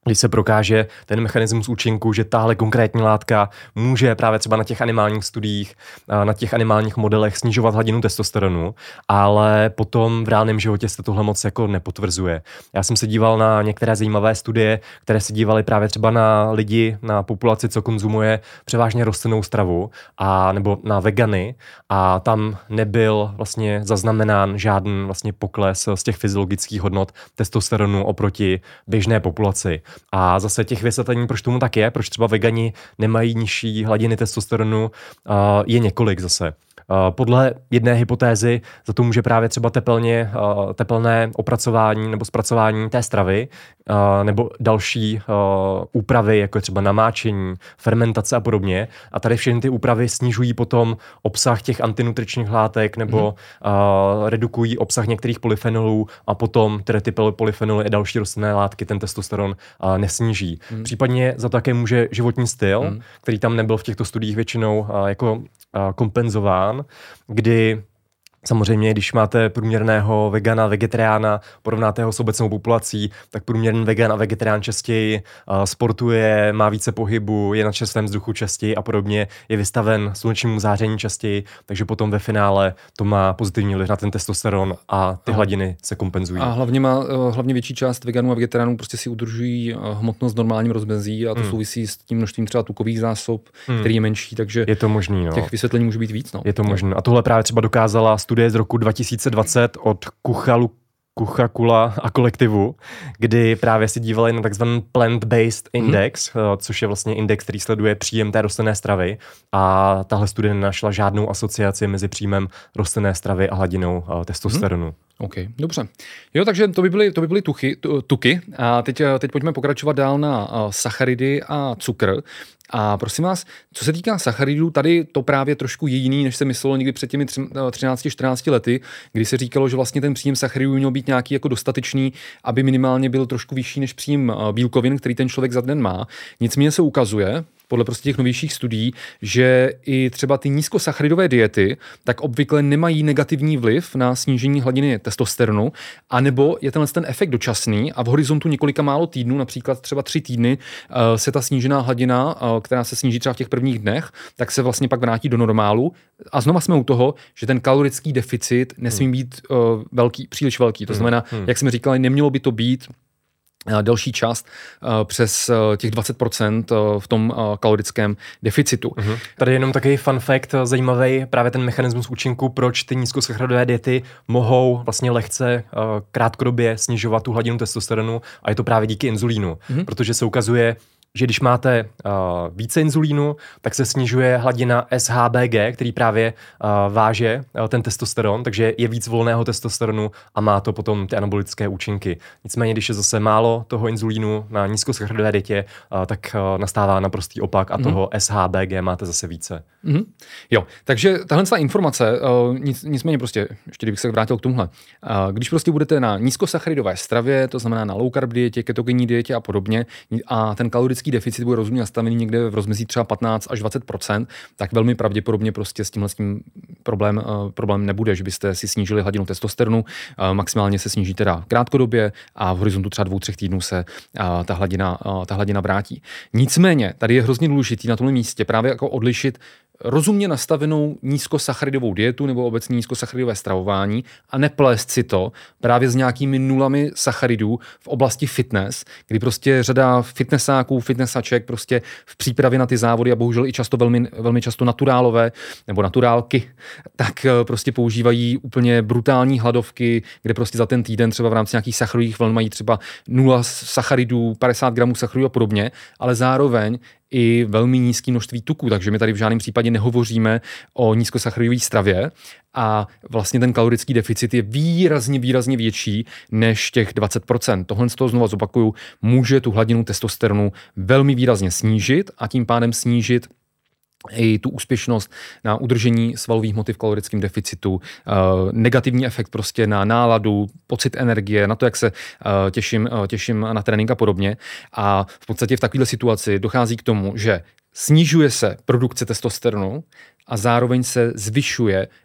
když se prokáže ten mechanismus účinku, že tahle konkrétní látka může právě třeba na těch animálních studiích, na těch animálních modelech snižovat hladinu testosteronu, ale potom v reálném životě se tohle moc jako nepotvrzuje. Já jsem se díval na některé zajímavé studie, které se dívaly právě třeba na lidi, na populaci, co konzumuje převážně rostlinnou stravu, a nebo na vegany, a tam nebyl vlastně zaznamenán žádný vlastně pokles z těch fyziologických hodnot testosteronu oproti běžné populaci. A zase těch vysvětlení, proč tomu tak je, proč třeba vegani nemají nižší hladiny testosteronu, je několik zase. Podle jedné hypotézy za to může právě třeba tepelně, tepelné opracování nebo zpracování té stravy, nebo další úpravy, jako je třeba namáčení, fermentace a podobně. A tady všechny ty úpravy snižují potom obsah těch antinutričních látek nebo hmm. redukují obsah některých polyfenolů a potom tedy ty polyfenoly a další rostlinné látky ten testosteron nesníží. Hmm. Případně za to také může životní styl, hmm. který tam nebyl v těchto studiích většinou jako kompenzován, kdy samozřejmě, když máte průměrného vegana, vegetariána, porovnáte ho s obecnou populací, tak průměrný vegan a vegetarián častěji uh, sportuje, má více pohybu, je na čerstvém vzduchu častěji a podobně, je vystaven slunečnímu záření častěji, takže potom ve finále to má pozitivní vliv na ten testosteron a ty a. hladiny se kompenzují. A hlavně má hlavně větší část veganů a vegetariánů prostě si udržují hmotnost normálním rozmezí a to hmm. souvisí s tím množstvím třeba tukových zásob, hmm. který je menší, takže je to možný, no. těch vysvětlení může být víc. No. Je to možné. A tohle právě třeba dokázala studie z roku dva tisíce dvacet od Kuchalu Kuchakula a kolektivu, kdy právě si dívali na takzvaný plant-based index, hmm. což je vlastně index, který sleduje příjem té rostlinné stravy, a tahle studie nenašla žádnou asociaci mezi příjmem rostlinné stravy a hladinou testosteronu. Hmm. OK, dobře. Jo, takže to by byly, to by byly tuchy, tuky. A teď, teď pojďme pokračovat dál na sacharidy a cukr. A prosím vás, co se týká sacharidů, tady to právě trošku je jiný, než se myslelo někdy před těmi třinácti čtrnácti lety, kdy se říkalo, že vlastně ten příjem sacharidů měl být nějaký jako dostatečný, aby minimálně byl trošku vyšší než příjem bílkovin, který ten člověk za den má. Nicméně se ukazuje, podle prostě těch novějších studií, že i třeba ty nízkosacharidové diety tak obvykle nemají negativní vliv na snížení hladiny testosteronu, anebo je tenhle ten efekt dočasný a v horizontu několika málo týdnů, například třeba tři týdny, se ta snížená hladina, která se sníží třeba v těch prvních dnech, tak se vlastně pak vrátí do normálu. A znova jsme u toho, že ten kalorický deficit nesmí být uh, velký, příliš velký. To znamená, hmm. jak jsme říkali, nemělo by to být delší část uh, přes uh, těch dvacet procent uh, v tom uh, kalorickém deficitu. Uh-huh. Tady jenom takový fun fact, zajímavý, právě ten mechanismus účinku, proč ty nízkosacharidové diety mohou vlastně lehce uh, krátkodobě snižovat tu hladinu testosteronu, a je to právě díky inzulínu, uh-huh. protože se ukazuje, že když máte uh, více inzulínu, tak se snižuje hladina S H B G, který právě uh, váže uh, ten testosteron, takže je víc volného testosteronu a má to potom ty anabolické účinky. Nicméně, když je zase málo toho inzulínu na nízkosacharidové dietě, uh, tak uh, nastává naprostý opak a mm. toho S H B G máte zase více. Mm. Jo, takže tahle informace, uh, nic, nicméně prostě, ještě kdybych se vrátil k tomuhle, uh, když prostě budete na nízkosacharidové stravě, to znamená na low carb dietě, ketogenní dietě a podobně, a ten kalorický deficit bude rozumně nastavený někde v rozmezí třeba patnáct až dvacet procent, tak velmi pravděpodobně prostě s tímhle s tím problém, uh, problém nebude, že byste si snížili hladinu testosteronu, uh, maximálně se sníží teda krátkodobě a v horizontu třeba dvou, třech týdnů se uh, ta, hladina, uh, ta hladina vrátí. Nicméně, tady je hrozně důležitý na tomhle místě právě jako odlišit rozumně nastavenou nízkosacharidovou dietu nebo obecně nízkosacharidové stravování a neplést si to právě s nějakými nulami sacharidů v oblasti fitness, kdy prostě řada fitnessáků, fitnessaček prostě v přípravě na ty závody a bohužel i často velmi, velmi často naturálové nebo naturálky, tak prostě používají úplně brutální hladovky, kde prostě za ten týden třeba v rámci nějakých sacharidových vln mají třeba nula sacharidů, padesát gramů sacharidů a podobně, ale zároveň i velmi nízké množství tuků, takže my tady v žádném případě nehovoříme o nízkosacharidové stravě a vlastně ten kalorický deficit je výrazně, výrazně větší než těch dvacet procent. Tohle z toho znovu zopakuju, může tu hladinu testosteronu velmi výrazně snížit a tím pádem snížit i tu úspěšnost na udržení svalových hmoty v kalorickém deficitu, negativní efekt prostě na náladu, pocit energie, na to, jak se těším, těším na trénink a podobně. A v podstatě v takovéhle situaci dochází k tomu, že snižuje se produkce testosteronu a zároveň se zvyšuje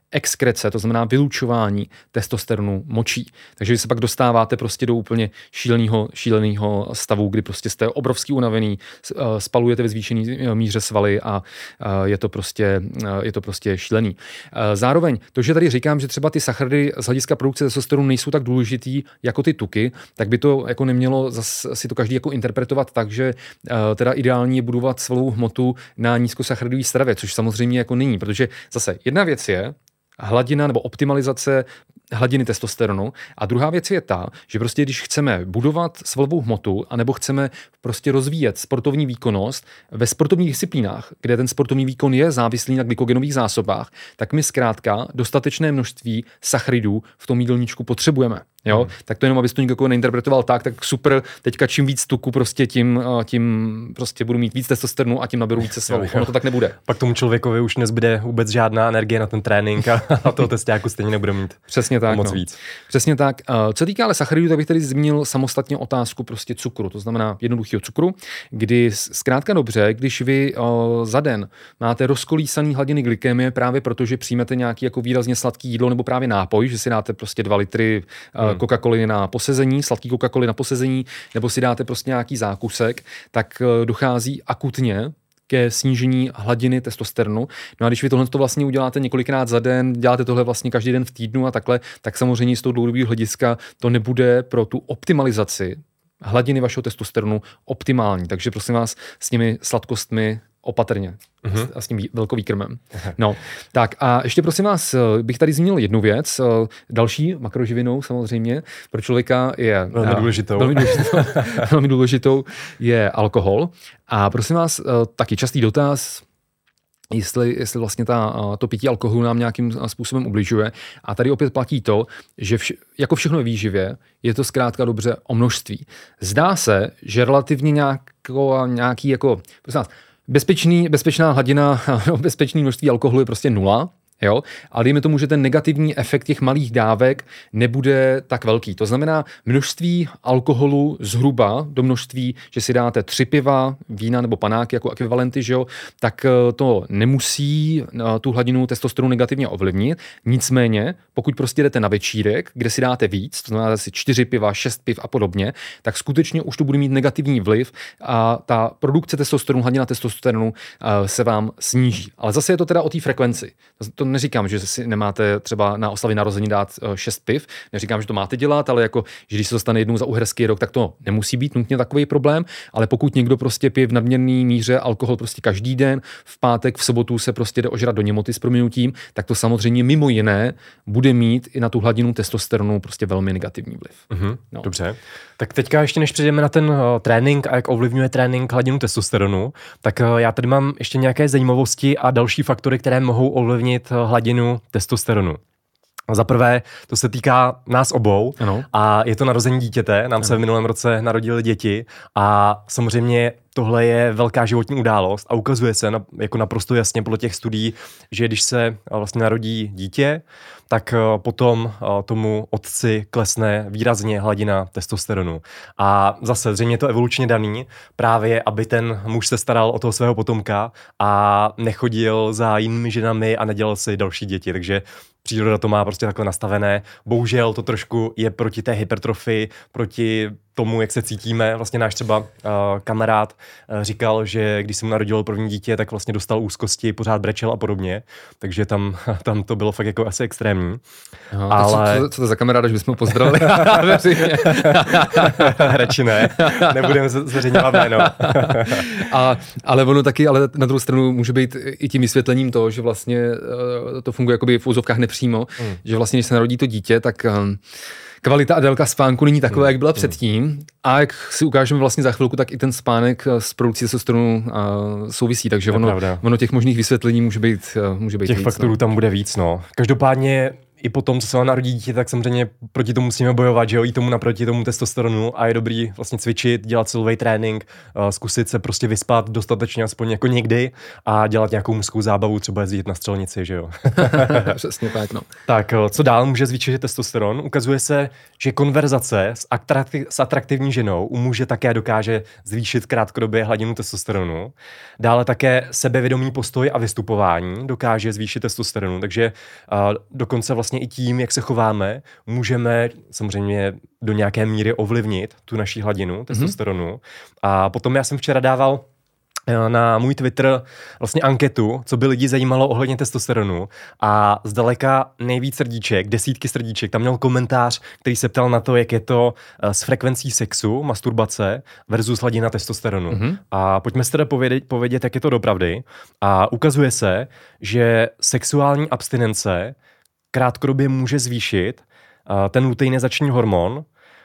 exkrece, to znamená vylučování testosteronu močí. Takže vy se pak dostáváte prostě do úplně šíleného, šíleného stavu, kdy prostě jste obrovský unavený, spalujete ve zvýšený míře svaly a je to prostě, je to prostě šílený. Zároveň to, že tady říkám, že třeba ty sacharidy z hlediska produkce testosteronu nejsou tak důležitý jako ty tuky, tak by to jako nemělo zase si to každý jako interpretovat tak, že teda ideální je budovat svalovou hmotu na nízkosacharidové stravě, což samozřejmě jako není, protože zase jedna věc je hladina nebo optimalizace hladiny testosteronu a druhá věc je ta, že prostě když chceme budovat svalovou hmotu anebo chceme prostě rozvíjet sportovní výkonnost ve sportovních disciplínách, kde ten sportovní výkon je závislý na glykogenových zásobách, tak my zkrátka dostatečné množství sacharidů v tom jídelníčku potřebujeme. Jo? Hmm. Tak to jenom, abys to někdo neinterpretoval tak, tak super, teďka čím víc tuku, prostě tím, tím prostě budu mít víc testosteronu a tím naberu více svalů. Ono to tak nebude. Pak tomu člověkovi už nezbyde vůbec žádná energie na ten trénink a, a toho testáku stejně nebude mít. Přesně tak. Moc no. víc. Přesně tak. Co týká ale sacharidů, tak bych tady zmínil samostatně otázku prostě cukru, to znamená jednoduchého cukru, kdy zkrátka dobře, když vy o, za den máte rozkolísaný hladiny glykemie právě protože přijmete nějaký jako výrazně sladký jídlo nebo právě nápoj, že si dáte prostě dva litry hmm. Coca-Coly na posezení, sladký Coca-Coly na posezení, nebo si dáte prostě nějaký zákusek, tak dochází akutně ke snížení hladiny testosteronu. No a když vy tohle to vlastně uděláte několikrát za den, děláte tohle vlastně každý den v týdnu a takhle, tak samozřejmě z toho dlouhodobého hlediska to nebude pro tu optimalizaci hladiny vašeho testosteronu optimální. Takže prosím vás s těmi sladkostmi opatrně uh-huh. a s tím velkovým krmem. Uh-huh. No, tak a ještě prosím vás, bych tady zmínil jednu věc. Další makroživinou samozřejmě pro člověka je velmi důležitou. Velmi důležitou, velmi důležitou je alkohol. A prosím vás, taky častý dotaz, jestli, jestli vlastně ta, to pití alkoholu nám nějakým způsobem ubližuje. A tady opět platí to, že vš- jako všechno ve výživě je to zkrátka dobře o množství. Zdá se, že relativně nějako, nějaký jako, prosím vás, Bezpečný, bezpečná hladina, bezpečný množství alkoholu je prostě nula, jo? Ale dejme tomu, že ten negativní efekt těch malých dávek nebude tak velký. To znamená množství alkoholu zhruba do množství, že si dáte tři piva, vína nebo panáky jako ekvivalenty, že jo? Tak to nemusí tu hladinu testosteronu negativně ovlivnit. Nicméně, pokud prostě jdete na večírek, kde si dáte víc, to znamená si čtyři piva, šest piv a podobně, tak skutečně už to bude mít negativní vliv a ta produkce testosteronu, hladina testosteronu se vám sníží. Ale zase je to teda o té frekvenci. To neříkám, že si nemáte třeba na oslavě narození dát šest piv, neříkám, že to máte dělat, ale jako, že když se to stane jednou za uherský rok, tak to nemusí být nutně takový problém, ale pokud někdo prostě pije v nadměrné míře alkohol prostě každý den, v pátek, v sobotu se prostě jde ožrat do němoty s prominutím, tak to samozřejmě mimo jiné bude mít i na tu hladinu testosteronu prostě velmi negativní vliv. Mm-hmm, no. Dobře. Tak teďka ještě než přejdeme na ten uh, trénink a jak ovlivňuje trénink hladinu testosteronu, tak uh, já tady mám ještě nějaké zajímavosti a další faktory, které mohou ovlivnit uh, hladinu testosteronu. Za prvé, to se týká nás obou ano. a je to narození dítěte. Nám ano. se v minulém roce narodily děti a samozřejmě tohle je velká životní událost a ukazuje se na, jako naprosto jasně podle těch studií, že když se vlastně narodí dítě, tak potom tomu otci klesne výrazně hladina testosteronu. A zase zřejmě je to evolučně daný, právě aby ten muž se staral o toho svého potomka a nechodil za jinými ženami a nedělal si další děti. Takže příroda to má prostě takhle nastavené. Bohužel to trošku je proti té hypertrofii, proti tomu, jak se cítíme. Vlastně náš třeba uh, kamarád uh, říkal, že když se mu narodilo první dítě, tak vlastně dostal úzkosti, pořád brečel a podobně. Takže tam, tam to bylo fakt jako asi extrémní. Aha, ale... co, co, co to za kamaráda, že bychom ho pozdravili? Radši ne. Nebudeme zveřejňovat jméno. a, ale ono taky, ale na druhou stranu může být i tím vysvětlením to, že vlastně uh, to funguje jakoby v úzovkách nepřímo, hmm. že vlastně, když se narodí to dítě, tak um, kvalita a délka spánku není taková, jak byla předtím. A jak si ukážeme vlastně za chvilku, tak i ten spánek s produkcí testosteronu souvisí. Takže ono, ono těch možných vysvětlení může být, může být těch víc. Těch faktorů no. tam bude víc. No. Každopádně i po tom, co se vám narodí dítě, tak samozřejmě proti tomu musíme bojovat, že jo, i tomu naproti tomu testosteronu a je dobrý vlastně cvičit, dělat silový trénink, uh, zkusit se prostě vyspat dostatečně aspoň jako někdy a dělat nějakou mužskou zábavu, třeba jezdit na střelnici, že jo. Přesně tak, no. Tak, co dál může zvýšit testosteron? Ukazuje se, že konverzace s, atraktiv- s atraktivní ženou u muže také dokáže zvýšit krátkodobě hladinu testosteronu. Dále také sebevědomý postoj a vystupování dokáže zvýšit testosteronu, takže uh, dokonce vlastně i tím, jak se chováme, můžeme samozřejmě do nějaké míry ovlivnit tu naši hladinu testosteronu. Mm-hmm. A potom já jsem včera dával na můj Twitter vlastně anketu, co by lidi zajímalo ohledně testosteronu a zdaleka nejvíc srdíček, desítky srdíček, tam měl komentář, který se ptal na to, jak je to s frekvencí sexu, masturbace versus hladina testosteronu. Mm-hmm. A pojďme si teda povědět, povědět, jak je to doopravdy. A ukazuje se, že sexuální abstinence krátkodobě může zvýšit ten luteinizační hormon,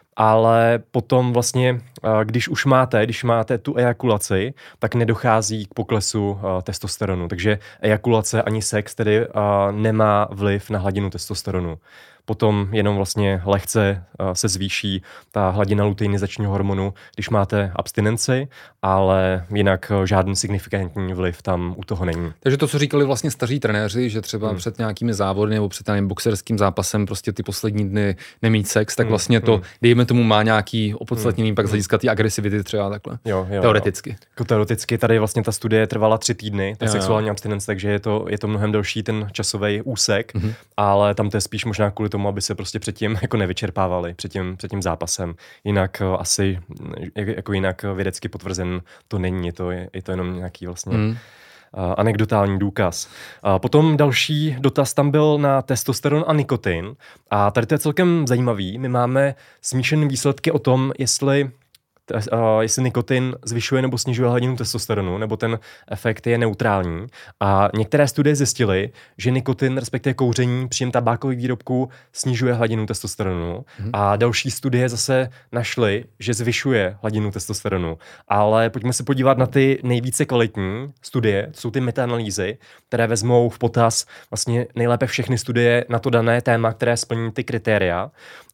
ale potom vlastně, když už máte, když máte tu ejakulaci, tak nedochází k poklesu testosteronu. Takže ejakulace ani sex tedy nemá vliv na hladinu testosteronu. Potom jenom vlastně lehce se zvýší ta hladina luteinizačního hormonu, když máte abstinenci, ale jinak žádný signifikantní vliv tam u toho není. Takže to, co říkali vlastně staří trenéři, že třeba hmm. před nějakými závody nebo před nějakým boxerským zápasem prostě ty poslední dny nemít sex, tak vlastně to, dejme tomu, má nějaký opodstatněný impact z hlediska té agresivity třeba takhle. Jo, jo, teoreticky. Jo. Jako teoreticky tady vlastně ta studie trvala tři týdny, ta jo, sexuální jo. abstinence, takže je to, je to mnohem delší ten časový úsek, hmm. ale tam to je spíš možná kvůli tomu, aby se prostě předtím jako nevyčerpávali před tím, před tím zápasem. Jinak asi, jako jinak vědecky potvrzen to není, je to, je, je to jenom nějaký vlastně mm. uh, anekdotální důkaz. Uh, potom další dotaz tam byl na testosteron a nikotin a tady to je celkem zajímavý. My máme smíšené výsledky o tom, jestli Uh, jestli nikotin zvyšuje nebo snižuje hladinu testosteronu, nebo ten efekt je neutrální. A některé studie zjistily, že nikotin, respektive kouření, příjem tabákových výrobků snižuje hladinu testosteronu. Mm-hmm. A další studie zase našly, že zvyšuje hladinu testosteronu. Ale pojďme se podívat na ty nejvíce kvalitní studie, to jsou ty metaanalýzy, které vezmou v potaz vlastně nejlépe všechny studie na to dané téma, které splní ty kritéria.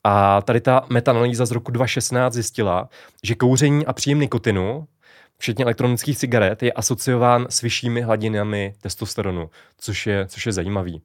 A tady ta metaanalýza z roku dva tisíce šestnáct zjistila, že kouření a příjem nikotinu, včetně elektronických cigaret, je asociován s vyššími hladinami testosteronu, což je, což je zajímavý.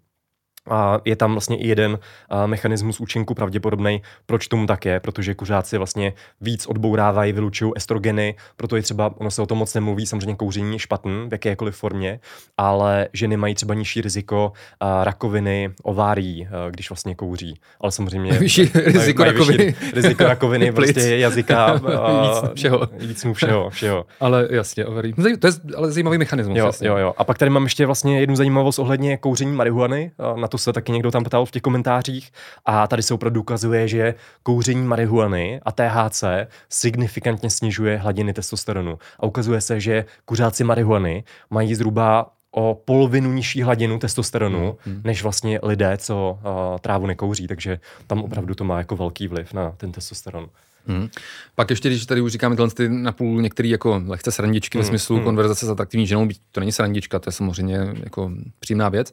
A je tam vlastně i jeden a, mechanismus účinku pravděpodobný, proč tomu tak je, protože kuřáci vlastně víc odbourávají, vylučují estrogeny, proto je třeba, ono se o tom moc nemluví, samozřejmě kouření je špatný v jakékoliv formě, ale ženy mají třeba nižší riziko a, rakoviny ovárií, a, když vlastně kouří. Ale samozřejmě vyšší riziko mají, mají rakoviny, riziko rakoviny prostě jazyka, a, víc všeho. Víc všeho, všeho. Ale jasně, ovárií. To je ale zajímavý mechanismus. Jo, jasně. jo, jo. A pak tady mám ještě vlastně jednu zajímavost ohledně kouření marihuany, na to se taky někdo tam ptal v těch komentářích a tady se opravdu ukazuje, že kouření marihuany a T H C signifikantně snižuje hladiny testosteronu. A ukazuje se, že kuřáci marihuany mají zhruba o polovinu nižší hladinu testosteronu, hmm. než vlastně lidé, co uh, trávu nekouří, takže tam opravdu to má jako velký vliv na ten testosteron. Hmm. Pak ještě, když tady už říkáme tyhle ty napůl některé jako lehce srandičky hmm. ve smyslu hmm. konverzace s atraktivní ženou, byť to není srandička, to je samozřejmě jako příjemná věc,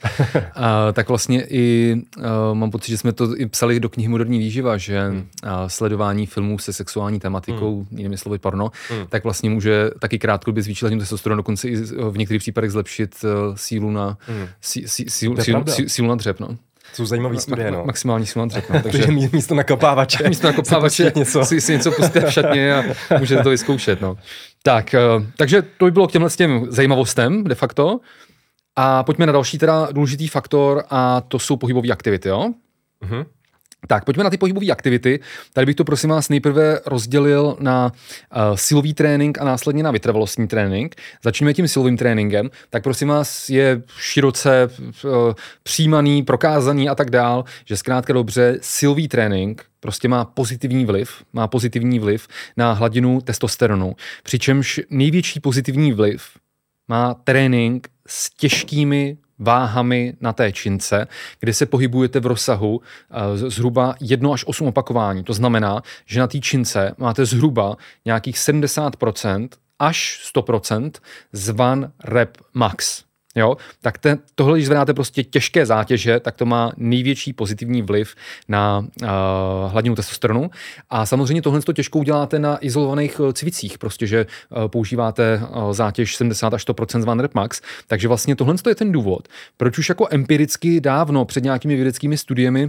a, tak vlastně i a, mám pocit, že jsme to i psali do knihy Moderní výživa, že hmm. a, sledování filmů se sexuální tematikou, hmm. jinými slovy porno, hmm. tak vlastně může taky krátkodobě zvýšit hladinu testosteronu, dokonce i v některých případech zlepšit uh, sílu na hmm. sí, sí, sílu, sílu, sílu, sílu na dřep, no. Jsou zajímavý studie, no. Maximální sílu na dřep, no. Takže místo nakopávače. místo nakopávače něco. Si, si něco pustíte v šatně a můžete to vyzkoušet, no. Tak, uh, takže to by bylo k těmhle s těm zajímavostem, de facto. A pojďme na další teda důležitý faktor a to jsou pohybové aktivity, jo? Mhm. Tak, pojďme na ty pohybové aktivity. Tady bych to prosím vás nejprve rozdělil na uh, silový trénink a následně na vytrvalostní trénink. Začneme tím silovým tréninkem. Tak prosím vás je široce uh, přijímaný, prokázaný a tak dál, že zkrátka dobře silový trénink prostě má pozitivní vliv, má pozitivní vliv na hladinu testosteronu. Přičemž největší pozitivní vliv má trénink s těžkými váhami na té čince, kde se pohybujete v rozsahu uh, zhruba jedno až osm opakování. To znamená, že na té čince máte zhruba nějakých sedmdesát procent až sto procent z one rep max. Jo, tak ten, tohle, když zvedáte prostě těžké zátěže, tak to má největší pozitivní vliv na uh, hladinu testosteronu. A samozřejmě tohle to těžko uděláte na izolovaných uh, cvicích, prostě, že uh, používáte uh, zátěž sedmdesát až sto procent z One Rep Max. Takže vlastně tohle je ten důvod, proč už jako empiricky dávno před nějakými vědeckými studiemi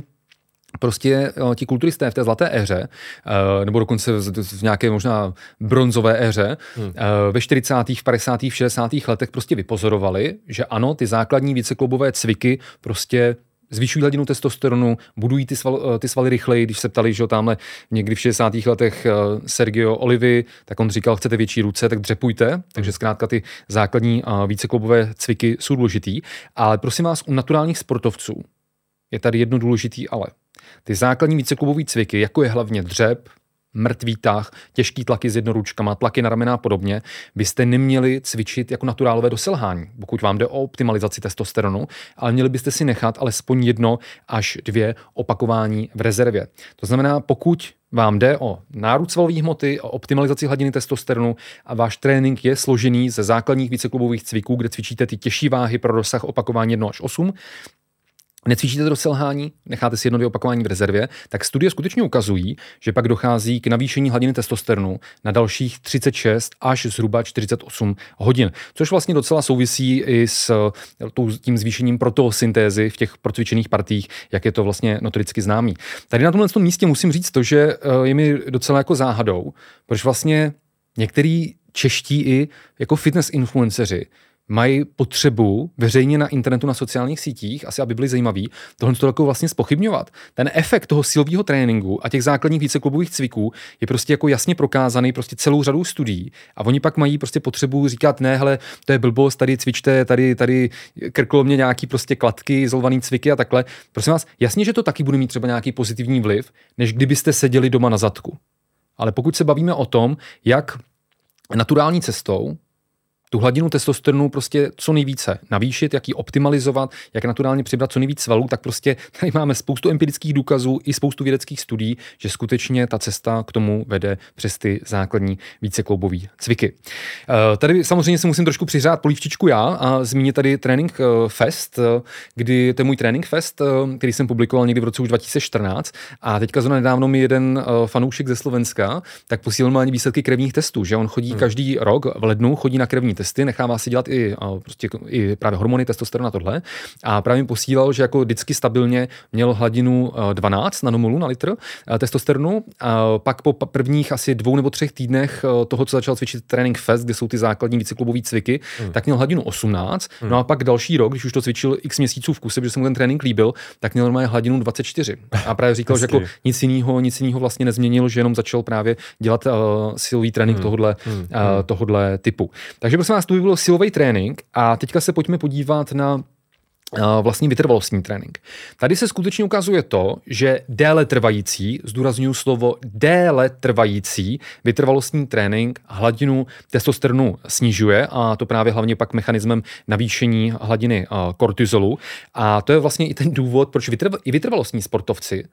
prostě ti kulturisté v té zlaté éře, nebo dokonce v nějaké možná bronzové éře, hmm. ve čtyřicátých, padesátých, šedesátých letech prostě vypozorovali, že ano, ty základní vícekloubové cviky prostě zvyšují hladinu testosteronu, budují ty, sval, ty svaly rychleji. Když se ptali, že tamhle někdy v šedesátých letech Sergio Olivi, tak on říkal, chcete větší ruce, tak dřepujte. Takže zkrátka ty základní vícekloubové cviky jsou důležitý. Ale prosím vás, u naturálních sportovců je tady jedno důležitý ale. Ty základní víceklubové cviky, jako je hlavně dřep, mrtvý tah, těžký tlaky s jednoručkama, tlaky na ramena a podobně, byste neměli cvičit jako naturálové do selhání, pokud vám jde o optimalizaci testosteronu, ale měli byste si nechat alespoň jedno až dvě opakování v rezervě. To znamená, pokud vám jde o nárůst svalové hmoty, o optimalizaci hladiny testosteronu a váš trénink je složený ze základních víceklubových cviků, kde cvičíte ty těžší váhy pro rozsah opakování jedna až osm, necvičíte do selhání, necháte si jedno dvě opakování v rezervě, tak studie skutečně ukazují, že pak dochází k navýšení hladiny testosteronu na dalších třicet šest až zhruba čtyřicet osm hodin, což vlastně docela souvisí i s tím zvýšením protosyntézy v těch procvičených partiích, jak je to vlastně notoricky známý. Tady na tomhle místě musím říct to, že je mi docela jako záhadou, proč vlastně některý čeští i jako fitness influenceři mají potřebu veřejně na internetu, na sociálních sítích, asi aby byli zajímaví, tohle to jako vlastně zpochybňovat. Ten efekt toho silového tréninku a těch základních víceklubových cviků je prostě jako jasně prokázaný prostě celou řadou studií. A oni pak mají prostě potřebu říkat, ne, hele, to je blbost, tady cvičte, tady, tady krklo mě nějaký prostě kladky, izolovaný cviky a takhle. Prosím vás, jasně, že to taky bude mít třeba nějaký pozitivní vliv, než kdybyste seděli doma na zadku. Ale pokud se bavíme o tom, jak naturální cestou tu hladinu testosteronu prostě co nejvíce navýšit, jak ji optimalizovat, jak naturálně přibrat co nejvíc svalů, tak prostě tady máme spoustu empirických důkazů i spoustu vědeckých studií, že skutečně ta cesta k tomu vede přes ty základní vícekloubové cviky. Tady samozřejmě se musím trošku přihrát polívčičku já a zmínit tady Trénink Fest, kdy to je můj Trénink Fest, který jsem publikoval někdy v roce už dva tisíce čtrnáct a teďka zrovna nedávno mi jeden fanoušek ze Slovenska tak posílal mi ani výsledky krevních testů, že on chodí hmm. každý rok v lednu chodí na krevní testy, nechává si dělat i, prostě, i právě hormony, testosteron a tohle. A právě mi posílal, že jako vždycky stabilně měl hladinu dvanáct nanomolů na litr testosteronu. A pak po prvních asi dvou nebo třech týdnech toho, co začal cvičit Trénink Fest, kde jsou ty základní víceklubové cviky, hmm. tak měl hladinu osmnáct. Hmm. No a pak další rok, když už to cvičil x měsíců v kuse, protože se mu ten trénink líbil, tak měl normálně hladinu dvacet čtyři. A právě říkal, že jako nic jiného, nic jiného vlastně nezměnil, že jenom začal právě dělat uh, silový trénink hmm. tohodle, hmm. uh, tohodle typu. Takže prosím vás, to by byl silový trénink a teďka se pojďme podívat na vlastní vytrvalostní trénink. Tady se skutečně ukazuje to, že déle trvající, zdůrazňuji slovo déle trvající vytrvalostní trénink hladinu testosteronu snižuje a to právě hlavně pak mechanismem navýšení hladiny kortizolu. A to je vlastně i ten důvod, proč vytrv- i vytrvalostní sportovci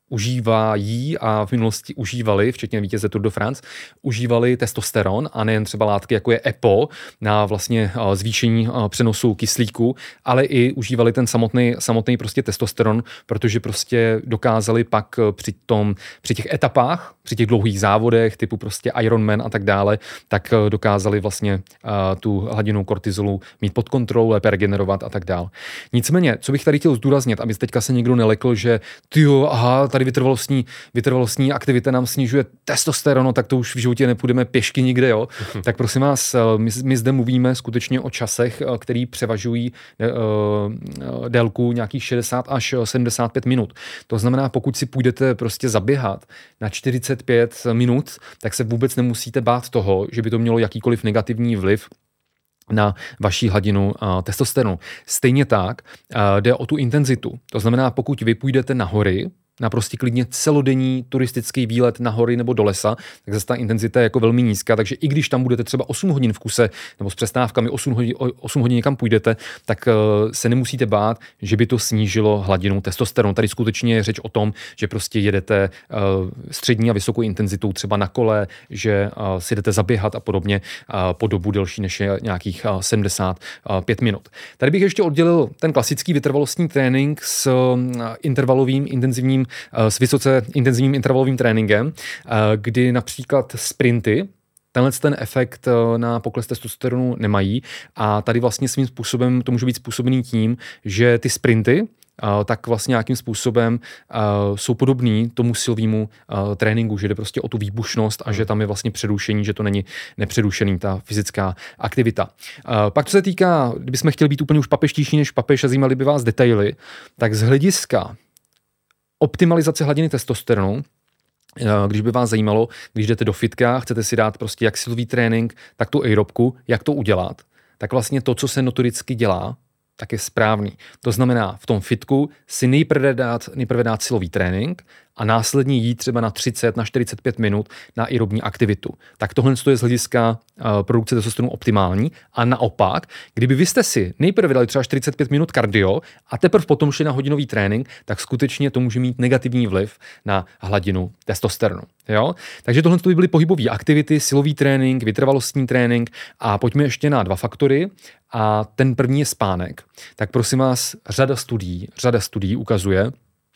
užívají a v minulosti užívali, včetně vítěze Tour de France, užívali testosteron a nejen třeba látky, jako je E P O na vlastně zvýšení přenosu kyslíku, ale i užívali ten samotný, samotný prostě testosteron, protože prostě dokázali pak při tom, při těch etapách, při těch dlouhých závodech, typu prostě Ironman a tak dále, tak dokázali vlastně uh, tu hladinu kortizolu mít pod kontrolou, lépe regenerovat a tak dále. Nicméně, co bych tady chtěl zdůraznit, aby teďka se někdo nelekl, že tyjo, aha, tady vytrvalostní, vytrvalostní aktivita nám snižuje testosteron, no, tak to už v životě nepůjdeme pěšky nikde, jo. Uh-huh. Tak prosím vás, my, my zde mluvíme skutečně o časech, který převažují uh, délku nějakých šedesát až sedmdesát pět minut. To znamená, pokud si půjdete prostě zaběhat na čtyřicet pět minut, tak se vůbec nemusíte bát toho, že by to mělo jakýkoliv negativní vliv na vaši hladinu uh, testosteronu. Stejně tak uh, jde o tu intenzitu. To znamená, pokud vy půjdete na hory, na prostě klidně celodenní turistický výlet na hory nebo do lesa, tak zase ta intenzita je jako velmi nízká, takže i když tam budete třeba osm hodin v kuse nebo s přestávkami osm hodin, osm hodin někam půjdete, tak uh, se nemusíte bát, že by to snížilo hladinu testosteronu. Tady skutečně je řeč o tom, že prostě jedete uh, střední a vysokou intenzitou třeba na kole, že uh, si jdete zaběhat a podobně uh, po dobu delší než je nějakých uh, sedmdesát pět minut. Tady bych ještě oddělil ten klasický vytrvalostní trénink s uh, intervalovým intenzivním, uh, s vysoce intenzivním intervalovým tréninkem, uh, kdy například sprinty tenhle ten efekt na pokles testosteronu nemají a tady vlastně svým způsobem to může být způsobený tím, že ty sprinty tak vlastně nějakým způsobem uh, jsou podobný tomu silovému uh, tréninku, že jde prostě o tu výbušnost a že tam je vlastně přerušení, že to není nepřerušený, ta fyzická aktivita. Uh, pak co se týká, kdybychom chtěli být úplně už papeštější než papež a zajímali by vás detaily, tak z hlediska optimalizace hladiny testosteronu, když by vás zajímalo, když jdete do fitka, chcete si dát prostě jak silový trénink, tak tu aerobku, jak to udělat, tak vlastně to, co se notoricky dělá, tak je správný. To znamená, v tom fitku si nejprve dát, nejprve dát silový trénink a následně jít třeba na třicet, na čtyřicet pět minut na aerobní aktivitu. Tak tohle je z hlediska uh, produkce testosteronu optimální a naopak, kdyby vy jste si nejprve dali třeba čtyřicet pět minut kardio a teprve potom šli na hodinový trénink, tak skutečně to může mít negativní vliv na hladinu testosteronu. Jo? Takže tohle by byly pohybové aktivity, silový trénink, vytrvalostní trénink a pojďme ještě na dva faktory a ten první je spánek. Tak prosím vás, řada studií, řada studií ukazuje,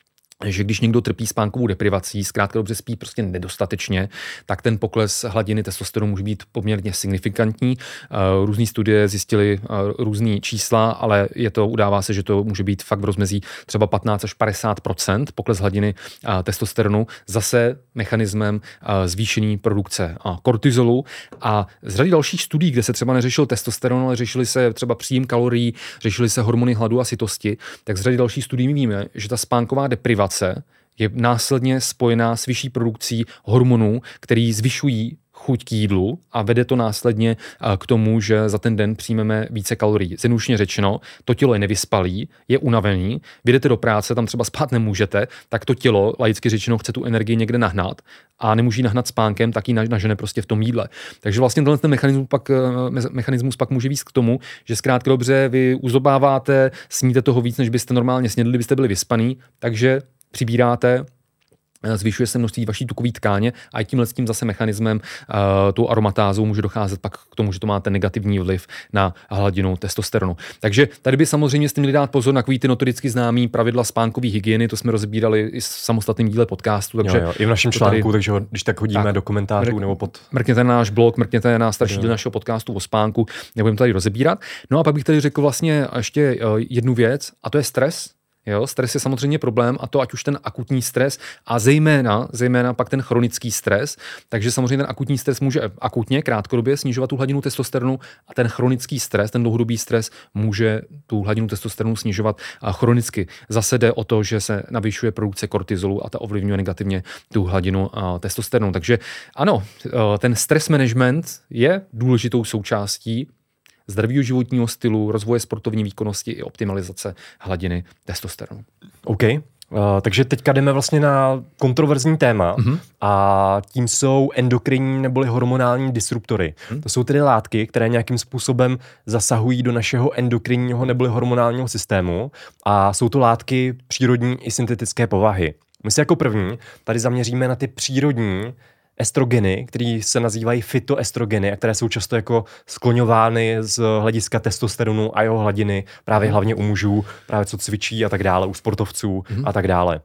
že když někdo trpí spánkovou deprivací, zkrátka dobře spí prostě nedostatečně, tak ten pokles hladiny testosteronu může být poměrně signifikantní. Různé studie zjistily různý čísla, ale je to, udává se, že to může být fakt v rozmezí třeba patnáct až padesát procent pokles hladiny testosteronu, zase mechanismem zvýšení produkce kortizolu. A z řady dalších studií, kde se třeba neřešil testosteron, ale řešili se třeba příjem kalorií, řešili se hormony hladu a sytosti, tak z řady dalších studií my víme, že ta spánková deprivace je následně spojená s vyšší produkcí hormonů, který zvyšují chuť k jídlu a vede to následně k tomu, že za ten den přijmeme více kalorií. Zjednodušeně řečeno, to tělo je nevyspalý, je unavený, vyjdete do práce, tam třeba spát nemůžete, tak to tělo, laicky řečeno, chce tu energii někde nahnat a nemůže ji nahnat spánkem, tak ji nažene prostě v tom jídle. Takže vlastně tenhle ten mechanismus pak, mechanismus pak může vést k tomu, že zkrátka dobře vy uzobáváte, sníte toho víc, než byste normálně snědli, byste byli vyspaný, takže přibíráte, zvyšuje se množství vaší tukové tkáně a i tímhle s tím zase mechanismem, uh, tou aromatázou může docházet pak k tomu, že to má ten negativní vliv na hladinu testosteronu. Takže tady by samozřejmě jste měli dát pozor na takový ty notoricky známý pravidla spánkové hygieny, to jsme rozebírali i v samostatném díle podcastu. Takže jo, jo, i v našem článku, tady, takže ho, když tak hodíme tak, do komentářů mrk, nebo pod... Mrkněte na náš blog, mrkněte na starší díl našeho podcastu o spánku, nebudeme tady rozebírat. No a pak bych tady řekl vlastně ještě uh, jednu věc, a to je stres. Jo, stres je samozřejmě problém a to ať už ten akutní stres a zejména, zejména pak ten chronický stres, takže samozřejmě ten akutní stres může akutně, krátkodobě snižovat tu hladinu testosteronu a ten chronický stres, ten dlouhodobý stres může tu hladinu testosteronu snižovat chronicky. Zase jde o to, že se navyšuje produkce kortizolu a ta ovlivňuje negativně tu hladinu testosteronu. Takže ano, ten stres management je důležitou součástí zdravého životního stylu, rozvoje sportovní výkonnosti i optimalizace hladiny testosteronu. OK. Uh, takže teďka jdeme vlastně na kontroverzní téma mm-hmm. a tím jsou endokrinní neboli hormonální disruptory. Mm. To jsou tedy látky, které nějakým způsobem zasahují do našeho endokrinního neboli hormonálního systému a jsou to látky přírodní i syntetické povahy. My se jako první tady zaměříme na ty přírodní estrogeny, které se nazývají fytoestrogeny a které jsou často jako skloňovány z hlediska testosteronu a jeho hladiny, právě hlavně u mužů, právě co cvičí a tak dále, u sportovců mm-hmm. a tak dále.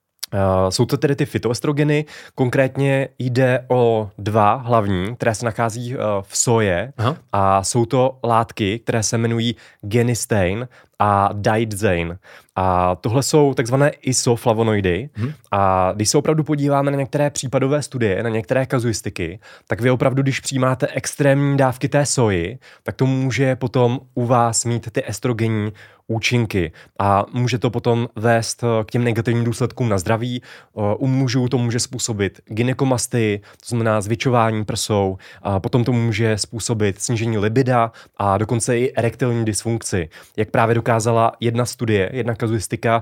Uh, jsou to tedy ty fytoestrogeny, konkrétně jde o dva hlavní, které se nachází uh, v soje. Aha. A jsou to látky, které se jmenují genistein a daidzein. A tohle jsou takzvané isoflavonoidy. Hmm. A když se opravdu podíváme na některé případové studie, na některé kazuistiky, tak vy opravdu, když přijímáte extrémní dávky té soji, tak to může potom u vás mít ty estrogenní účinky a může to potom vést k těm negativním důsledkům na zdraví. U mužů to může způsobit gynekomastii, to znamená zvětšování prsou, a potom to může způsobit snížení libida a dokonce i erektilní dysfunkci. Jak právě dokázala jedna studie, jedna kazuistika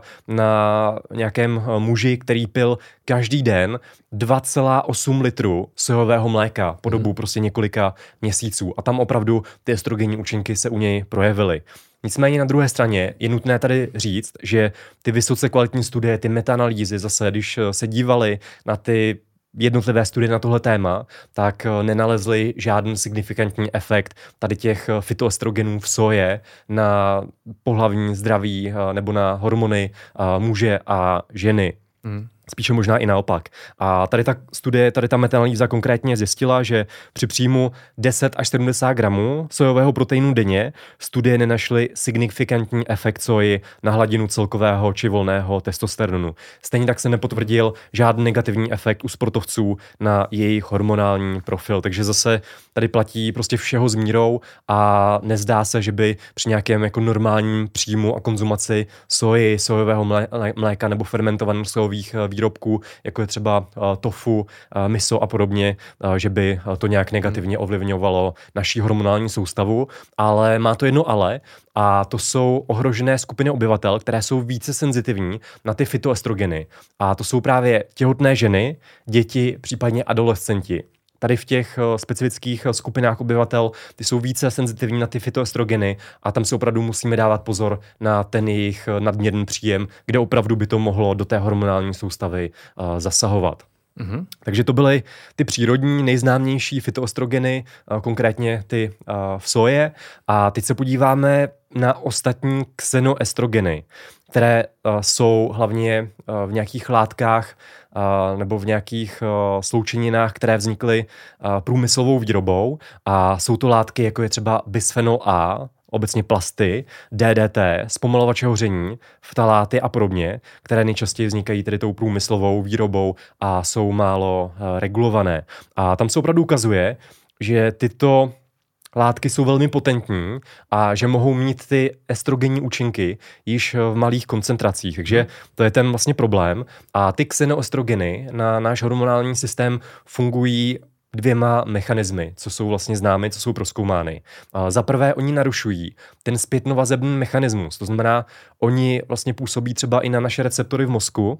na nějakém muži, který pil každý den dva celá osm litru sojového mléka po dobu prostě několika měsíců a tam opravdu ty estrogenní účinky se u něj projevily. Nicméně na druhé straně je nutné tady říct, že ty vysoce kvalitní studie, ty metaanalýzy zase, když se dívali na ty jednotlivé studie na tohle téma, tak nenalezli žádný signifikantní efekt tady těch fytoestrogenů v soje na pohlavní zdraví nebo na hormony muže a ženy. Hmm. Spíše možná i naopak. A tady ta studie, tady ta metaanalýza konkrétně zjistila, že při příjmu deset až sedmdesát gramů sojového proteinu denně studie nenašly signifikantní efekt soji na hladinu celkového či volného testosteronu. Stejně tak se nepotvrdil žádný negativní efekt u sportovců na jejich hormonální profil. Takže zase tady platí prostě všeho s mírou a nezdá se, že by při nějakém jako normálním příjmu a konzumaci soji, sojového mléka nebo fermentovaných sojových výrobků, jako je třeba tofu, miso a podobně, že by to nějak negativně ovlivňovalo naší hormonální soustavu, ale má to jedno ale a to jsou ohrožené skupiny obyvatel, které jsou více senzitivní na ty fytoestrogeny a to jsou právě těhotné ženy, děti, případně adolescenti. Tady v těch specifických skupinách obyvatel ty jsou více senzitivní na ty fytoestrogeny a tam se opravdu musíme dávat pozor na ten jejich nadměrný příjem, kde opravdu by to mohlo do té hormonální soustavy uh, zasahovat. Mm-hmm. Takže to byly ty přírodní nejznámější fytoestrogeny, uh, konkrétně ty uh, v soje. A teď se podíváme na ostatní xenoestrogeny, které uh, jsou hlavně uh, v nějakých látkách uh, nebo v nějakých uh, sloučeninách, které vznikly uh, průmyslovou výrobou a jsou to látky, jako je třeba bisphenol A, obecně plasty, D D T, zpomalovače hoření, ftaláty a podobně, které nejčastěji vznikají tedy tou průmyslovou výrobou a jsou málo uh, regulované. A tam se opravdu ukazuje, že tyto látky jsou velmi potentní a že mohou mít ty estrogenní účinky již v malých koncentracích. Takže to je ten vlastně problém. A ty xenoestrogeny na náš hormonální systém fungují dvěma mechanismy, co jsou vlastně známy, co jsou prozkoumány. Za prvé, oni narušují ten zpětnovazební mechanismus. To znamená, oni vlastně působí třeba i na naše receptory v mozku,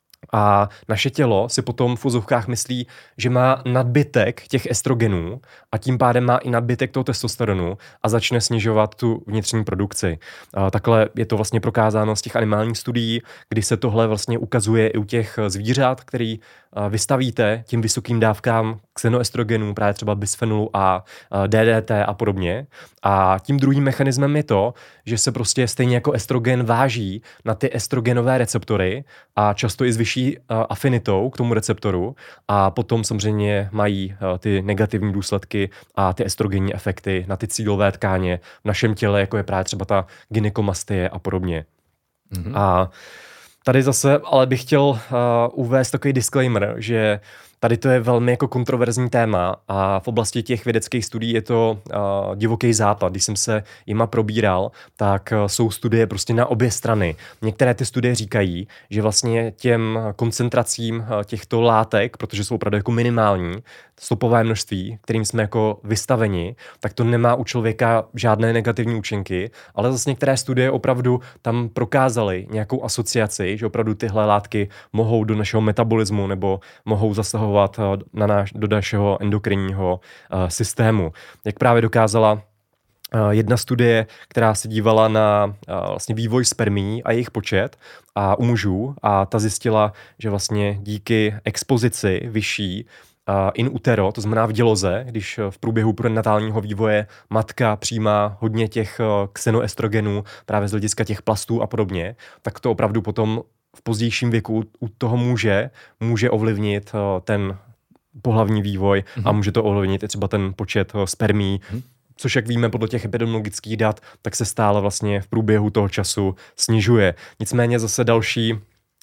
a naše tělo si potom v uvozovkách myslí, že má nadbytek těch estrogenů a tím pádem má i nadbytek toho testosteronu a začne snižovat tu vnitřní produkci. A takhle je to vlastně prokázáno z těch animálních studií, kdy se tohle vlastně ukazuje i u těch zvířat, který vystavíte tím vysokým dávkám xenoestrogenů, právě třeba bisphenolu A, D D T a podobně. A tím druhým mechanismem je to, že se prostě stejně jako estrogen váží na ty estrogenové receptory a často i s vyšší afinitou k tomu receptoru a potom samozřejmě mají ty negativní důsledky a ty estrogenní efekty na ty cílové tkáně v našem těle, jako je právě třeba ta gynekomastie a podobně. Mm-hmm. A tady zase ale bych chtěl uh, uvést takový disclaimer, že tady to je velmi jako kontroverzní téma a v oblasti těch vědeckých studií je to uh, divoký západ. Když jsem se jima probíral, tak uh, jsou studie prostě na obě strany. Některé ty studie říkají, že vlastně těm koncentracím uh, těchto látek, protože jsou opravdu jako minimální, stopové množství, kterým jsme jako vystaveni, tak to nemá u člověka žádné negativní účinky, ale zase některé studie opravdu tam prokázaly nějakou asociaci, že opravdu tyhle látky mohou do našeho metabolismu nebo mohou zasahovat na náš, do našeho endokrinního uh, systému. Jak právě dokázala uh, jedna studie, která se dívala na uh, vlastně vývoj spermií a jejich počet a u mužů a ta zjistila, že vlastně díky expozici vyšší in utero, to znamená v děloze, když v průběhu prenatálního vývoje matka přijímá hodně těch xenoestrogenů právě z hlediska těch plastů a podobně, tak to opravdu potom v pozdějším věku u toho muže může ovlivnit ten pohlavní vývoj mm-hmm. a může to ovlivnit i třeba ten počet spermií, mm-hmm. což jak víme podle těch epidemiologických dat, tak se stále vlastně v průběhu toho času snižuje. Nicméně zase další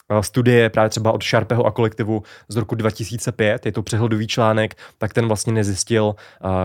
studie právě třeba od Sharpeho a kolektivu z roku dva tisíce pět, je to přehledový článek, tak ten vlastně nezjistil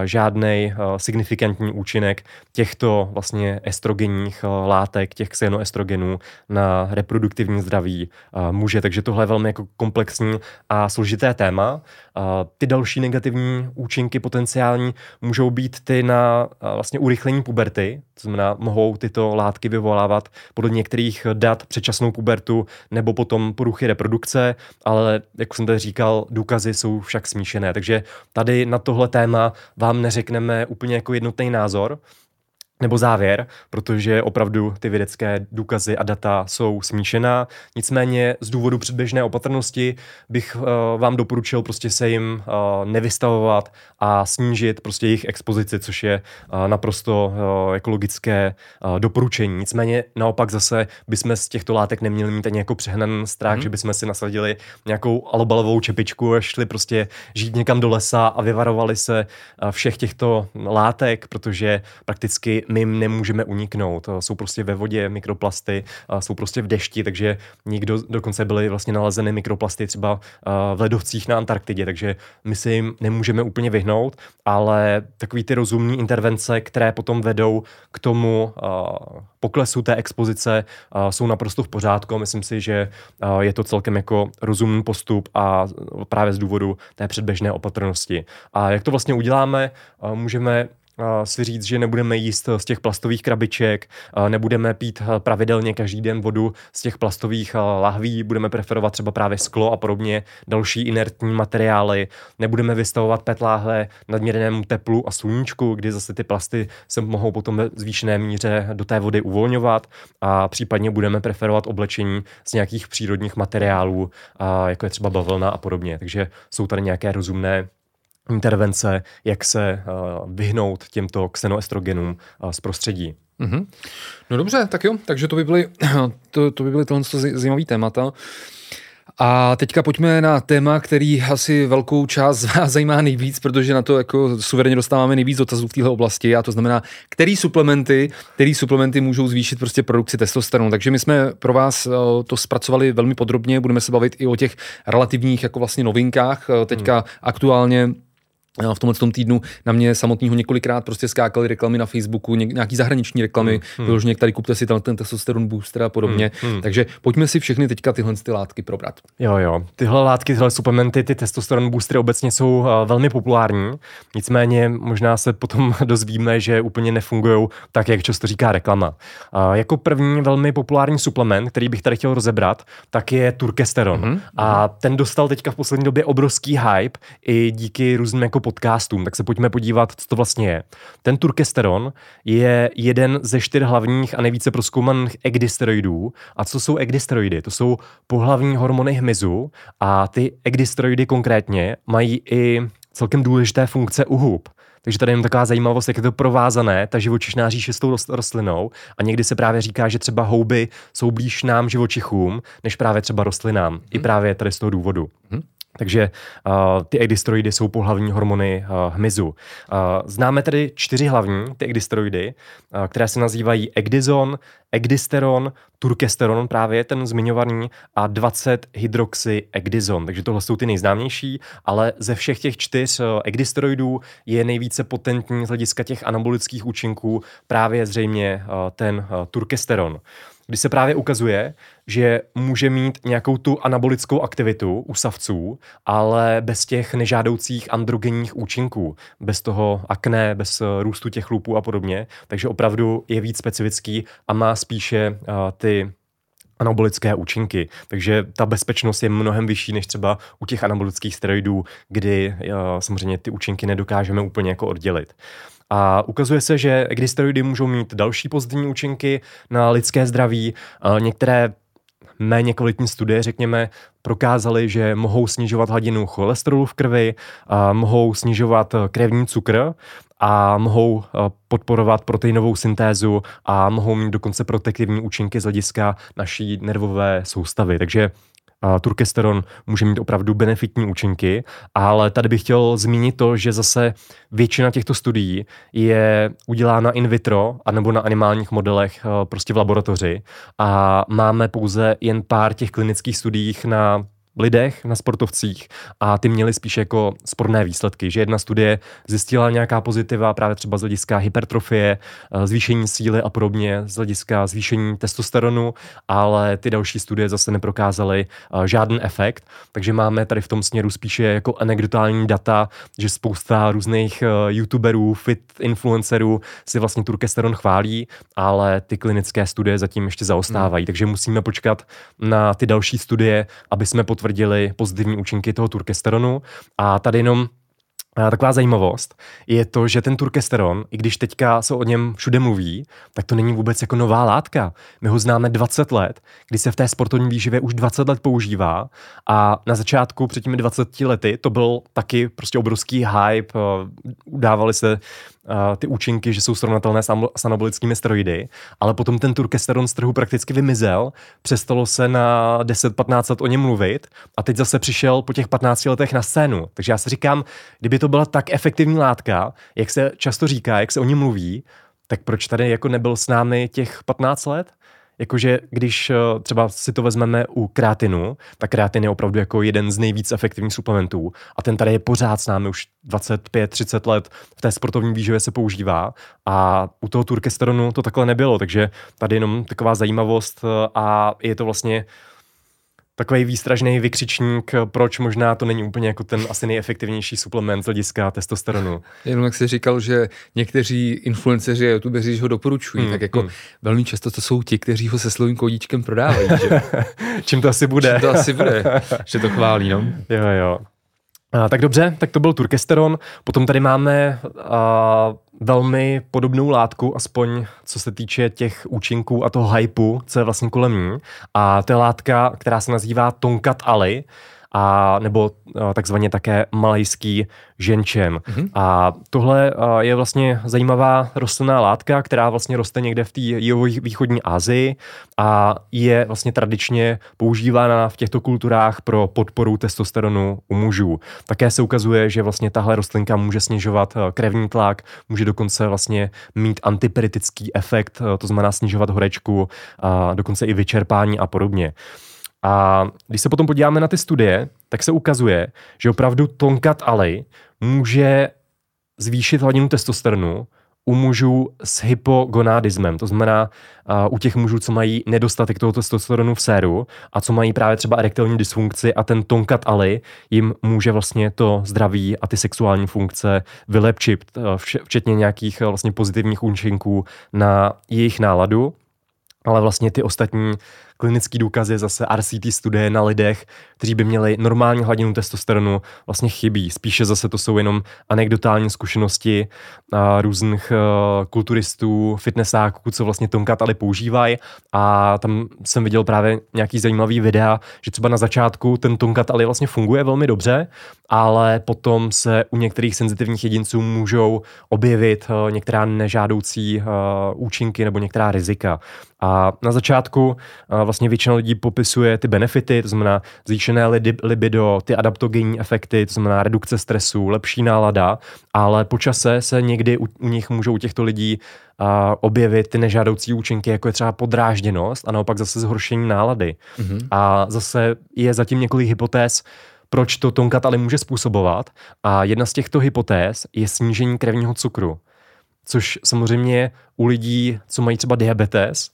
žádný signifikantní účinek těchto vlastně estrogenních látek, těch xenoestrogenů na reproduktivní zdraví muže, takže tohle je velmi jako komplexní a složité téma. Ty další negativní účinky potenciální můžou být ty na vlastně urychlení puberty, to znamená, mohou tyto látky vyvolávat podle některých dat předčasnou pubertu nebo potom poruchy reprodukce, ale jak jsem tady říkal, důkazy jsou však smíšené, takže tady na tohle téma vám neřekneme úplně jako jednotný názor, nebo závěr, protože opravdu ty vědecké důkazy a data jsou smíšená. Nicméně z důvodu předběžné opatrnosti bych uh, vám doporučil prostě se jim uh, nevystavovat a snížit prostě jejich expozici, což je uh, naprosto uh, ekologické uh, doporučení. Nicméně naopak zase bychom z těchto látek neměli mít ani jako přehnaný strach, hmm. že bychom si nasadili nějakou alobalovou čepičku a šli prostě žít někam do lesa a vyvarovali se uh, všech těchto látek, protože prakticky my jim nemůžeme uniknout. Jsou prostě ve vodě mikroplasty, jsou prostě v dešti, takže nikdo, dokonce byly vlastně nalezeny mikroplasty třeba v ledovcích na Antarktidě, takže my si jim nemůžeme úplně vyhnout, ale takový ty rozumné intervence, které potom vedou k tomu poklesu té expozice, jsou naprosto v pořádku. Myslím si, že je to celkem jako rozumný postup a právě z důvodu té předběžné opatrnosti. A jak to vlastně uděláme, můžeme si říct, že nebudeme jíst z těch plastových krabiček, nebudeme pít pravidelně každý den vodu z těch plastových lahví, budeme preferovat třeba právě sklo a podobně, další inertní materiály, nebudeme vystavovat pé é té láhve nadměrnému teplu a sluníčku, kdy zase ty plasty se mohou potom ve zvýšené míře do té vody uvolňovat a případně budeme preferovat oblečení z nějakých přírodních materiálů, jako je třeba bavlna a podobně. Takže jsou tady nějaké rozumné intervence, jak se uh, vyhnout těmto xenoestrogenům uh, z prostředí. Mm-hmm. No dobře, tak jo, takže to by byly, to, to by byly tohle zajímavé témata. A teďka pojďme na téma, který asi velkou část z vás zajímá nejvíc, protože na to jako suverénně dostáváme nejvíc dotazů v téhle oblasti, a to znamená, který suplementy, který suplementy můžou zvýšit prostě produkci testosteronu. Takže my jsme pro vás to zpracovali velmi podrobně, budeme se bavit i o těch relativních jako vlastně novinkách. Teďka hmm. aktuálně v tomhle tom týdnu na mě samotného několikrát prostě skákaly reklamy na Facebooku, nějaký zahraniční reklamy, hmm. vyloženě tady kupte si ten testosteron booster a podobně. Hmm. Takže pojďme si všechny teďka tyhle ty látky probrat. Jo, jo. Tyhle látky, tyhle suplementy, ty testosteron boostery obecně jsou uh, velmi populární. Nicméně možná se potom dozvíme, že úplně nefungují tak, jak často říká reklama. Uh, jako první velmi populární suplement, který bych tady chtěl rozebrat, tak je turkesteron. Hmm. A ten dostal teďka v poslední době obrovský hype i díky různým jako podcastům, tak se pojďme podívat, co to vlastně je. Ten turkesteron je jeden ze čtyř hlavních a nejvíce prozkoumaných egdysteroidů. A co jsou egdysteroidy? To jsou pohlavní hormony hmyzu a ty egdysteroidy konkrétně mají i celkem důležité funkce u hub. Takže tady je taková zajímavost, jak je to provázané, ta živočišná říše s tou rostlinou, a někdy se právě říká, že třeba houby jsou blíž nám živočichům, než právě třeba rostlinám. Hmm. I právě tady z toho důvodu. Hmm. Takže uh, ty egdysteroidy jsou pohlavní hormony uh, hmyzu. Uh, známe tedy čtyři hlavní, ty egdysteroidy, uh, které se nazývají egdyzon, egdysteron, turkesteron, právě ten zmiňovaný, a dvacet hydroxy egdyzon. Takže tohle jsou ty nejznámější, ale ze všech těch čtyř uh, egdysteroidů je nejvíce potentní z hlediska těch anabolických účinků právě zřejmě uh, ten uh, turkesteron. Kdy se právě ukazuje, že může mít nějakou tu anabolickou aktivitu u savců, ale bez těch nežádoucích androgenních účinků, bez toho akné, bez růstu těch chlupů a podobně. Takže opravdu je víc specifický a má spíše uh, ty anabolické účinky. Takže ta bezpečnost je mnohem vyšší než třeba u těch anabolických steroidů, kdy uh, samozřejmě ty účinky nedokážeme úplně jako oddělit. A ukazuje se, že egdysteroidy můžou mít další pozitivní účinky na lidské zdraví. Některé méně kvalitní studie, řekněme, prokázaly, že mohou snižovat hladinu cholesterolu v krvi, mohou snižovat krevní cukr a mohou podporovat proteinovou syntézu a mohou mít dokonce protektivní účinky z hlediska naší nervové soustavy. Takže turkesteron může mít opravdu benefitní účinky, ale tady bych chtěl zmínit to, že zase většina těchto studií je udělána in vitro anebo na animálních modelech prostě v laboratoři a máme pouze jen pár těch klinických studiích na lidech, na sportovcích a ty měli spíš jako sporné výsledky, že jedna studie zjistila nějaká pozitiva právě třeba z hlediska hypertrofie, zvýšení síly a podobně, z hlediska zvýšení testosteronu, ale ty další studie zase neprokázaly žádný efekt, takže máme tady v tom směru spíše jako anekdotální data, že spousta různých youtuberů, fit influencerů si vlastně turkesteron chválí, ale ty klinické studie zatím ještě zaostávají, hmm. takže musíme počkat na ty další studie, aby jsme potvrdili pozitivní účinky toho turkesteronu. A tady jenom taková zajímavost je to, že ten turkesteron, i když teďka se o něm všude mluví, tak to není vůbec jako nová látka. My ho známe dvacet let, kdy se v té sportovní výživě už dvacet let používá a na začátku před těmi dvaceti lety to byl taky prostě obrovský hype, udávaly se ty účinky, že jsou srovnatelné s anabolickými steroidy, ale potom ten turkesteron z trhu prakticky vymizel, přestalo se na deset patnáct let o něm mluvit a teď zase přišel po těch patnácti letech na scénu. Takže já si říkám, kdyby to byla tak efektivní látka, jak se často říká, jak se o ní mluví, tak proč tady jako nebyl s námi těch patnáct let? Jakože když třeba si to vezmeme u kreatinu, tak kreatin je opravdu jako jeden z nejvíc efektivních suplementů a ten tady je pořád s námi už dvacet pět třicet let v té sportovní výživě se používá a u toho turkesteronu to takhle nebylo, takže tady jenom taková zajímavost a je to vlastně takový výstražný vykřičník, proč možná to není úplně jako ten asi nejefektivnější suplement z hlediska testosteronu. Jenom jak jsi říkal, že někteří influenceři a youtubeři ho doporučují, hmm, tak jako hmm. velmi často to jsou ti, kteří ho se slovým kódíčkem prodávají. Že? Čím to asi bude. Čím to asi bude, že to chválí, no. Jo, jo. A, tak dobře, tak to byl turkesteron. Potom tady máme a, velmi podobnou látku, aspoň co se týče těch účinků a toho hypeu, co je vlastně kolem ní. A to je látka, která se nazývá Tongkat Ali, a nebo a, takzvaně také malajský ženčen. Mm-hmm. A tohle a, je vlastně zajímavá rostlinná látka, která vlastně roste někde v té jihovýchodní Asii a je vlastně tradičně používána v těchto kulturách pro podporu testosteronu u mužů. Také se ukazuje, že vlastně tahle rostlinka může snižovat krevní tlak, může dokonce vlastně mít antipyretický efekt, to znamená snižovat horečku, a dokonce i vyčerpání a podobně. A když se potom podíváme na ty studie, tak se ukazuje, že opravdu Tongkat Ali může zvýšit hladinu testosteronu u mužů s hypogonadismem, to znamená uh, u těch mužů, co mají nedostatek toho testosteronu v séru a co mají právě třeba erektilní dysfunkci a ten Tongkat Ali jim může vlastně to zdraví a ty sexuální funkce vylepšit, uh, včetně nějakých uh, vlastně pozitivních účinků na jejich náladu, ale vlastně ty ostatní klinický důkazy, zase R C T studie na lidech, kteří by měli normální hladinu testosteronu, vlastně chybí. Spíše zase to jsou jenom anekdotální zkušenosti a různých uh, kulturistů, fitnessáků, co vlastně Tongkat Ali používají. A tam jsem viděl právě nějaký zajímavý videa, že třeba na začátku ten Tongkat Ali vlastně funguje velmi dobře, ale potom se u některých senzitivních jedinců můžou objevit uh, některá nežádoucí uh, účinky nebo některá rizika. A na začátku uh, vlastně většina lidí popisuje ty benefity, to znamená zvýšené libido, ty adaptogenní efekty, to znamená redukce stresu, lepší nálada, ale po čase se někdy u, u nich můžou u těchto lidí uh, objevit ty nežádoucí účinky, jako je třeba podrážděnost a naopak zase zhoršení nálady. Mm-hmm. A zase je zatím několik hypotéz, proč to Tongkat Ali může způsobovat. A jedna z těchto hypotéz je snížení krevního cukru, což samozřejmě u lidí, co mají třeba diabetes,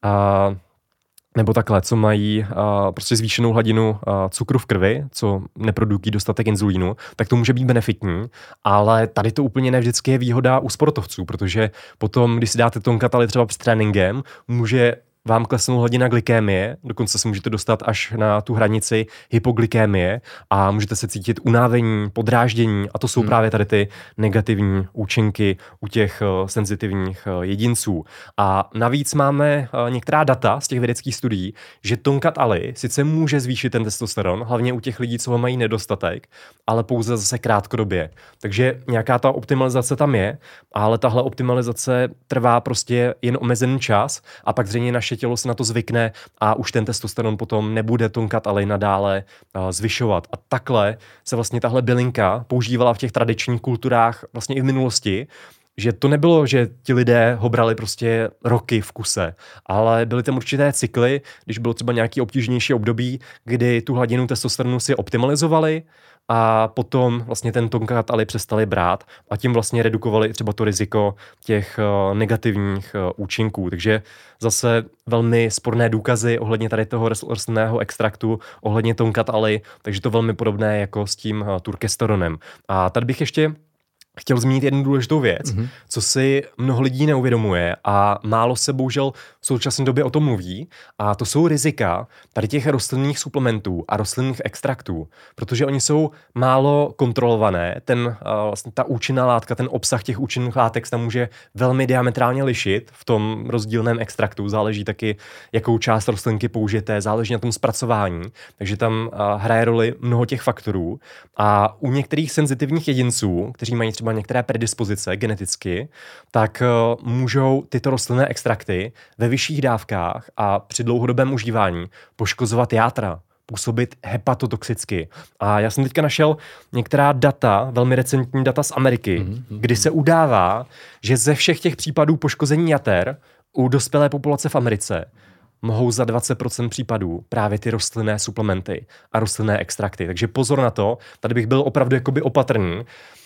a nebo takhle, co mají uh, prostě zvýšenou hladinu uh, cukru v krvi, co neprodukují dostatek inzulínu, tak to může být benefitní, ale tady to úplně ne vždycky je výhoda u sportovců, protože potom, když si dáte Tongkat Ali třeba před tréninkem, může vám klesnou hladina glykémie, dokonce se můžete dostat až na tu hranici hypoglykémie a můžete se cítit unávení, podráždění a to jsou hmm. právě tady ty negativní účinky u těch uh, senzitivních uh, jedinců. A navíc máme uh, některá data z těch vědeckých studií, že Tongkat Ali sice může zvýšit ten testosteron, hlavně u těch lidí, co ho mají nedostatek, ale pouze zase krátkodobě. Takže nějaká ta optimalizace tam je, ale tahle optimalizace trvá prostě jen omezený čas a pak zřejmě naše tělo se na to zvykne a už ten testosteron potom nebude tonkat, ale i nadále uh, zvyšovat. A takhle se vlastně tahle bylinka používala v těch tradičních kulturách vlastně i v minulosti, že to nebylo, že ti lidé ho brali prostě roky v kuse, ale byly tam určité cykly, když bylo třeba nějaký obtížnější období, kdy tu hladinu testosteronu si optimalizovali a potom vlastně ten tonkat ali přestali brát a tím vlastně redukovali třeba to riziko těch uh, negativních uh, účinků. Takže zase velmi sporné důkazy ohledně tady toho rostlinného extraktu, ohledně tonkat ali, takže to velmi podobné jako s tím uh, turkesteronem. A tady bych ještě chtěl zmínit jednu důležitou věc, mm-hmm. co si mnoho lidí neuvědomuje a málo se bohužel v současné době o tom mluví, a to jsou rizika tady těch rostlinných suplementů a rostlinných extraktů, protože oni jsou málo kontrolované, ten, vlastně ta účinná látka, ten obsah těch účinných látek se tam může velmi diametrálně lišit v tom rozdílném extraktu, záleží taky, jakou část rostlinky použijete, záleží na tom zpracování, takže tam hraje roli mnoho těch faktorů a u některých senzitivních jedinců, kteří mají třeba některé predispozice geneticky, tak uh, můžou tyto rostlinné extrakty ve vyšších dávkách a při dlouhodobém užívání poškozovat játra, působit hepatotoxicky. A já jsem teďka našel některá data, velmi recentní data z Ameriky, mm-hmm. kdy se udává, že ze všech těch případů poškození jater u dospělé populace v Americe mohou za dvacet procent případů právě ty rostlinné suplementy a rostlinné extrakty. Takže pozor na to, tady bych byl opravdu jakoby opatrný,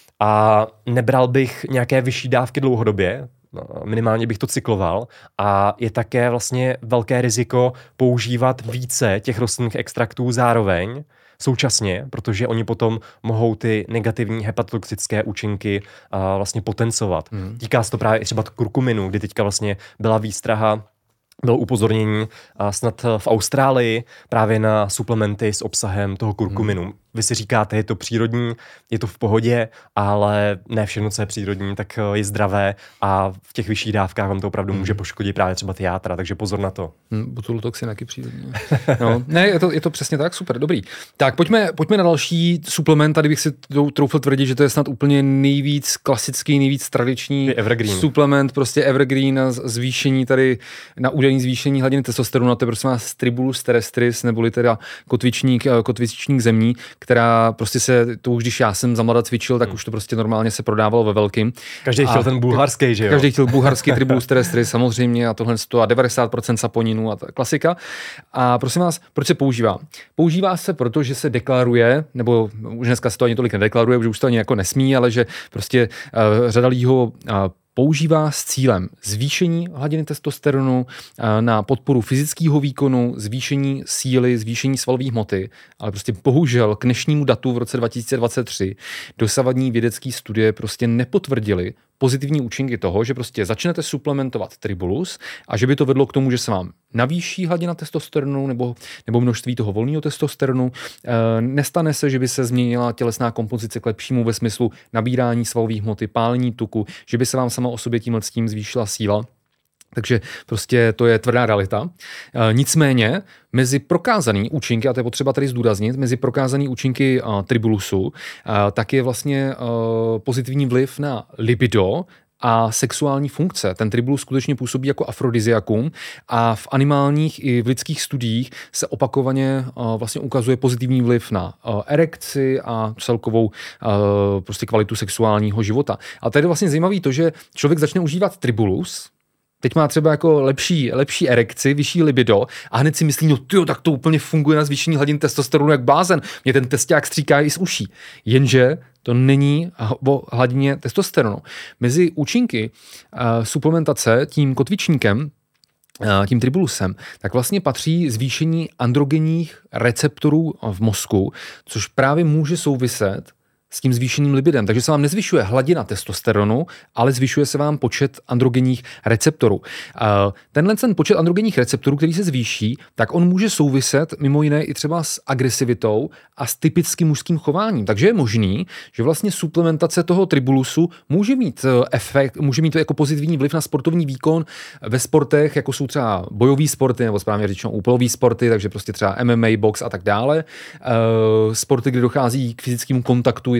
a nebral bych nějaké vyšší dávky dlouhodobě, minimálně bych to cykloval a je také vlastně velké riziko používat více těch rostlinných extraktů zároveň, současně, protože oni potom mohou ty negativní hepatotoxické účinky uh, vlastně potencovat. Hmm. Týká se to právě i třeba kurkuminu, kdy teďka vlastně byla výstraha, bylo upozornění a snad v Austrálii právě na suplementy s obsahem toho kurkuminu. Hmm. Vy si říkáte, je to přírodní, je to v pohodě, ale ne všechno, co je přírodní, tak je zdravé a v těch vyšších dávkách vám to opravdu hmm. může poškodit právě třeba ty játra, takže pozor na to. Hmm, botulotoxin taky přírodní. No, ne, je to, je to přesně tak, super, dobrý. Tak pojďme, pojďme na další suplement, tady bych si troufl tvrdit, že to je snad úplně nejvíc klasický, nejvíc tradiční suplement, prostě evergreen na zvýšení tady, na údajný zvýšení hladiny testosteronu, to je prosím vás Tribulus terrestris, neboli teda kotvičník, kotvičník zemní, která prostě se, to už když já jsem za mlada cvičil, tak hmm. už to prostě normálně se prodávalo ve velkým. Každý chtěl ten bulharský, že jo? Každý chtěl bulharský Tribulus terrestris, samozřejmě, a tohle a devadesát procent saponinu a ta klasika. A prosím vás, proč se používá? Používá se proto, že se deklaruje, nebo už dneska se to ani tolik nedeklaruje, že už to ani jako nesmí, ale že prostě uh, řada lidí ho uh, používá s cílem zvýšení hladiny testosteronu, na podporu fyzického výkonu, zvýšení síly, zvýšení svalové hmoty, ale prostě bohužel k dnešnímu datu v roce dva tisíce dvacet tři dosavadní vědecké studie prostě nepotvrdily pozitivní účinky toho, že prostě začnete suplementovat Tribulus a že by to vedlo k tomu, že se vám navýší hladina testosteronu nebo, nebo množství toho volného testosteronu. E, nestane se, že by se změnila tělesná kompozice k lepšímu ve smyslu nabírání svalové hmoty, pálení tuku, že by se vám sama o sobě tímhle s tím zvýšila síla. Takže prostě to je tvrdá realita. E, nicméně mezi prokázaný účinky, a to je potřeba tady zdůraznit, mezi prokázaný účinky uh, Tribulusu, uh, tak je vlastně uh, pozitivní vliv na libido a sexuální funkce. Ten Tribulus skutečně působí jako afrodiziakum a v animálních i v lidských studiích se opakovaně uh, vlastně ukazuje pozitivní vliv na uh, erekci a celkovou uh, prostě kvalitu sexuálního života. A tady je vlastně zajímavé to, že člověk začne užívat Tribulus, teď má třeba jako lepší, lepší erekci, vyšší libido a hned si myslí, no tyjo, tak to úplně funguje na zvýšení hladin testosteronu jak blázen. Mě ten testák stříká i z uší. Jenže to není o hladině testosteronu. Mezi účinky uh, suplementace tím kotvičníkem, uh, tím Tribulusem, tak vlastně patří zvýšení androgenních receptorů v mozku, což právě může souviset s tím zvýšeným libidem. Takže se vám nezvyšuje hladina testosteronu, ale zvyšuje se vám počet androgenních receptorů. Tenhle ten počet androgenních receptorů, který se zvýší, tak on může souviset mimo jiné i třeba s agresivitou a s typickým mužským chováním. Takže je možný, že vlastně suplementace toho Tribulusu může mít efekt, může mít to jako pozitivní vliv na sportovní výkon ve sportech, jako jsou třeba bojové sporty, nebo správně řečeno úplové sporty, takže prostě třeba M M A, box a tak dále. Sporty, kde dochází k fyzickému kontaktu,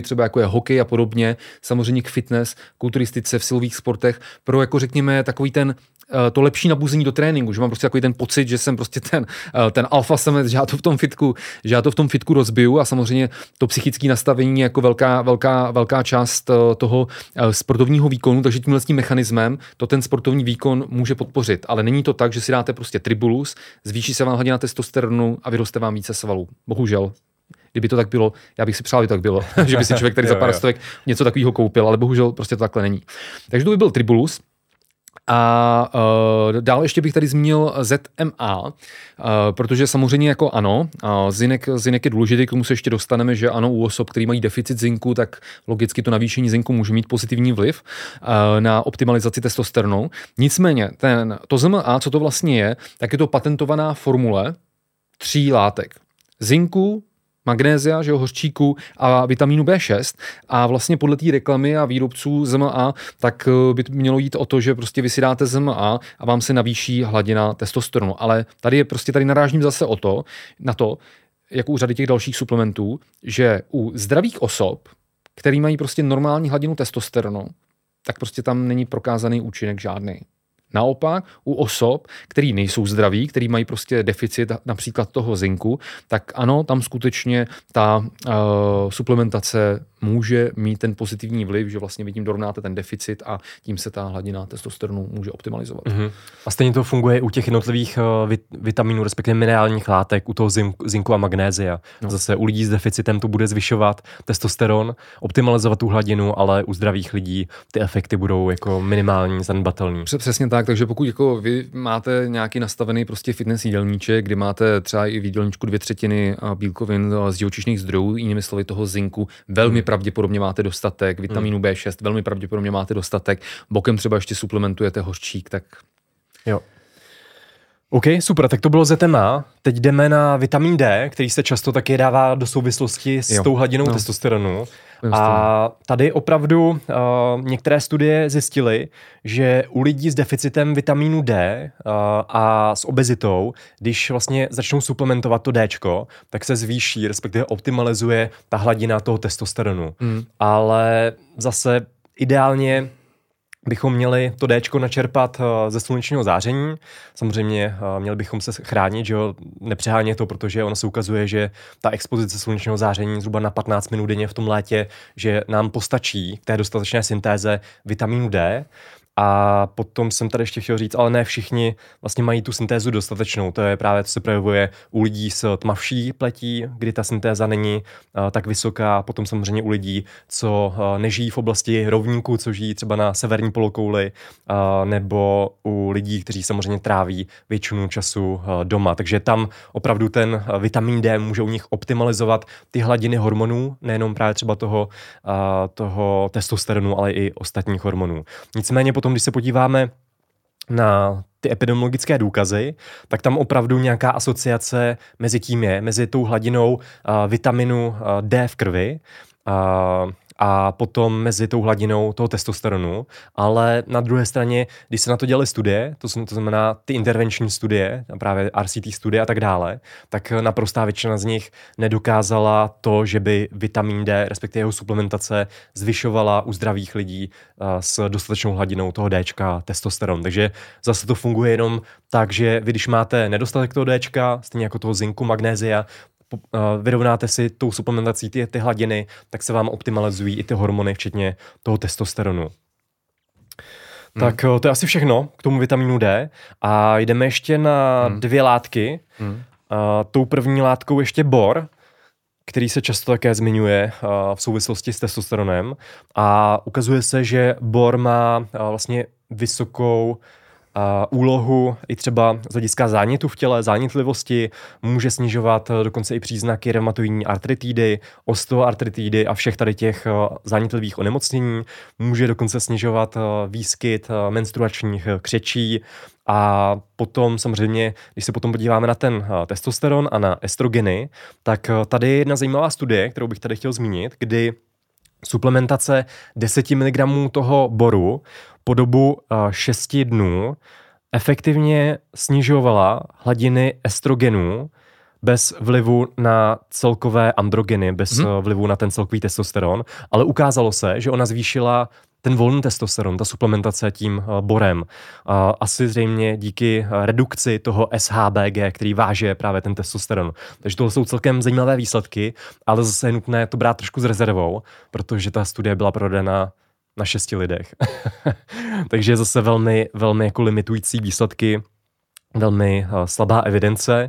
třeba jako je hokej a podobně, samozřejmě k fitness, kulturistice, v silových sportech, pro jako řekněme takový ten to lepší nabuzení do tréninku, že mám prostě takový ten pocit, že jsem prostě ten, ten alfa samec, že já to v tom fitku, že já to v tom fitku rozbiju a samozřejmě to psychické nastavení je jako velká, velká, velká část toho sportovního výkonu, takže tímhle tím mechanismem to ten sportovní výkon může podpořit, ale není to tak, že si dáte prostě tribulus, zvýší se vám hladina testosteronu a vyroste vám více svalů. Bohužel. Kdyby to tak bylo, já bych si přál, aby to tak bylo, že by si člověk tady za pár stovek něco takového koupil, ale bohužel prostě to takhle není. Takže to by byl tribulus. A uh, dále ještě bych tady zmínil Z M A, uh, protože samozřejmě jako ano, uh, zinek, zinek je důležitý, k tomu se ještě dostaneme, že ano, u osob, který mají deficit zinku, tak logicky to navýšení zinku může mít pozitivní vliv uh, na optimalizaci testosteronu. Nicméně, ten, to Z M A, co to vlastně je, tak je to patentovaná formule tří látek. Zinku, magnézia, že jo, hořčíku a vitamínu B šest a vlastně podle té reklamy a výrobců Z M A, tak by mělo jít o to, že prostě vy si dáte Z M A a vám se navýší hladina testosteronu. Ale tady je prostě, tady narážím zase o to, na to, jako u řady těch dalších suplementů, že u zdravých osob, který mají prostě normální hladinu testosteronu, tak prostě tam není prokázaný účinek žádný. Naopak u osob, který nejsou zdraví, který mají prostě deficit například toho zinku, tak ano, tam skutečně ta uh, suplementace může mít ten pozitivní vliv, že vlastně vy tím dorovnáte ten deficit a tím se ta hladina testosteronu může optimalizovat. Mm-hmm. A stejně to funguje u těch jednotlivých uh, vit- vitaminů, respektive minerálních látek, u toho zinku, zinku a magnézia. No. Zase u lidí s deficitem to bude zvyšovat testosteron, optimalizovat tu hladinu, ale u zdravých lidí ty efekty budou jako minimální, zanedbatelný. Přesně tak, takže pokud jako vy máte nějaký nastavený prostě fitness jídelníček, kdy máte třeba i v jídelníčku dvě třetiny bílkovin z živočišných zdrojů, jinými slovy toho zinku, velmi hmm. pravděpodobně máte dostatek, vitamínu B šest, velmi pravděpodobně máte dostatek, bokem třeba ještě suplementujete hořčík, tak... Jo. OK, super, tak to bylo Z M A. Teď jdeme na vitamin D, který se často taky dává do souvislosti s jo. tou hladinou no. testosteronu. A tady opravdu uh, některé studie zjistily, že u lidí s deficitem vitamínu D uh, a s obezitou, když vlastně začnou suplementovat to Dčko, tak se zvýší, respektive optimalizuje ta hladina toho testosteronu. Mm. Ale zase ideálně bychom měli to Dčko načerpat ze slunečního záření. Samozřejmě měli bychom se chránit, že jo, nepřehánět to, protože ono se ukazuje, že ta expozice slunečního záření zhruba na patnáct minut denně v tom létě, že nám postačí k té dostatečné syntéze vitamínu D. A potom jsem tady ještě chtěl říct, ale ne všichni vlastně mají tu syntézu dostatečnou. To je právě, co se projevuje u lidí s tmavší pletí, kdy ta syntéza není uh, tak vysoká. Potom samozřejmě u lidí, co uh, nežijí v oblasti rovníků, co žijí třeba na severní polokouli, uh, nebo u lidí, kteří samozřejmě tráví většinu času uh, doma. Takže tam opravdu ten uh, vitamin D může u nich optimalizovat ty hladiny hormonů, nejenom právě třeba toho, uh, toho testosteronu, ale i ostatních hormonů. Nicméně potom, když se podíváme na ty epidemiologické důkazy, tak tam opravdu nějaká asociace mezi tím je, mezi tou hladinou uh, vitaminu uh, D v krvi uh, a potom mezi tou hladinou toho testosteronu, ale na druhé straně, když se na to dělaly studie, to, to znamená ty intervenční studie, právě R C T studie a tak dále, tak naprostá většina z nich nedokázala to, že by vitamin D, respektive jeho suplementace, zvyšovala u zdravých lidí uh, s dostatečnou hladinou toho Dčka testosteron. Takže zase to funguje jenom tak, že vy, když máte nedostatek toho Dčka, stejně jako toho zinku, magnézia, vyrovnáte si tou suplementací ty, ty hladiny, tak se vám optimalizují i ty hormony, včetně toho testosteronu. Hmm. Tak to je asi všechno k tomu vitamínu D. A jdeme ještě na hmm. dvě látky. Hmm. A tou první látkou ještě bor, který se často také zmiňuje v souvislosti s testosteronem. A ukazuje se, že bor má vlastně vysokou Uh, úlohu i třeba z hlediska zánětu v těle, zánětlivosti, může snižovat uh, dokonce i příznaky reumatoidní artritidy, osteoartritidy a všech tady těch uh, zánětlivých onemocnění, může dokonce snižovat uh, výskyt uh, menstruačních uh, křečí a potom samozřejmě, když se potom podíváme na ten uh, testosteron a na estrogeny, tak uh, tady je jedna zajímavá studie, kterou bych tady chtěl zmínit, kdy suplementace deset miligramů toho boru po dobu šesti dnů efektivně snižovala hladiny estrogenů bez vlivu na celkové androgeny, bez hmm. vlivu na ten celkový testosteron, ale ukázalo se, že ona zvýšila ten volný testosteron, ta suplementace tím borem. Asi zřejmě díky redukci toho S H B G, který váže právě ten testosteron. Takže tohle jsou celkem zajímavé výsledky, ale zase je nutné to brát trošku s rezervou, protože ta studie byla provedena na šesti lidech. Takže zase velmi, velmi jako limitující výsledky, velmi slabá evidence.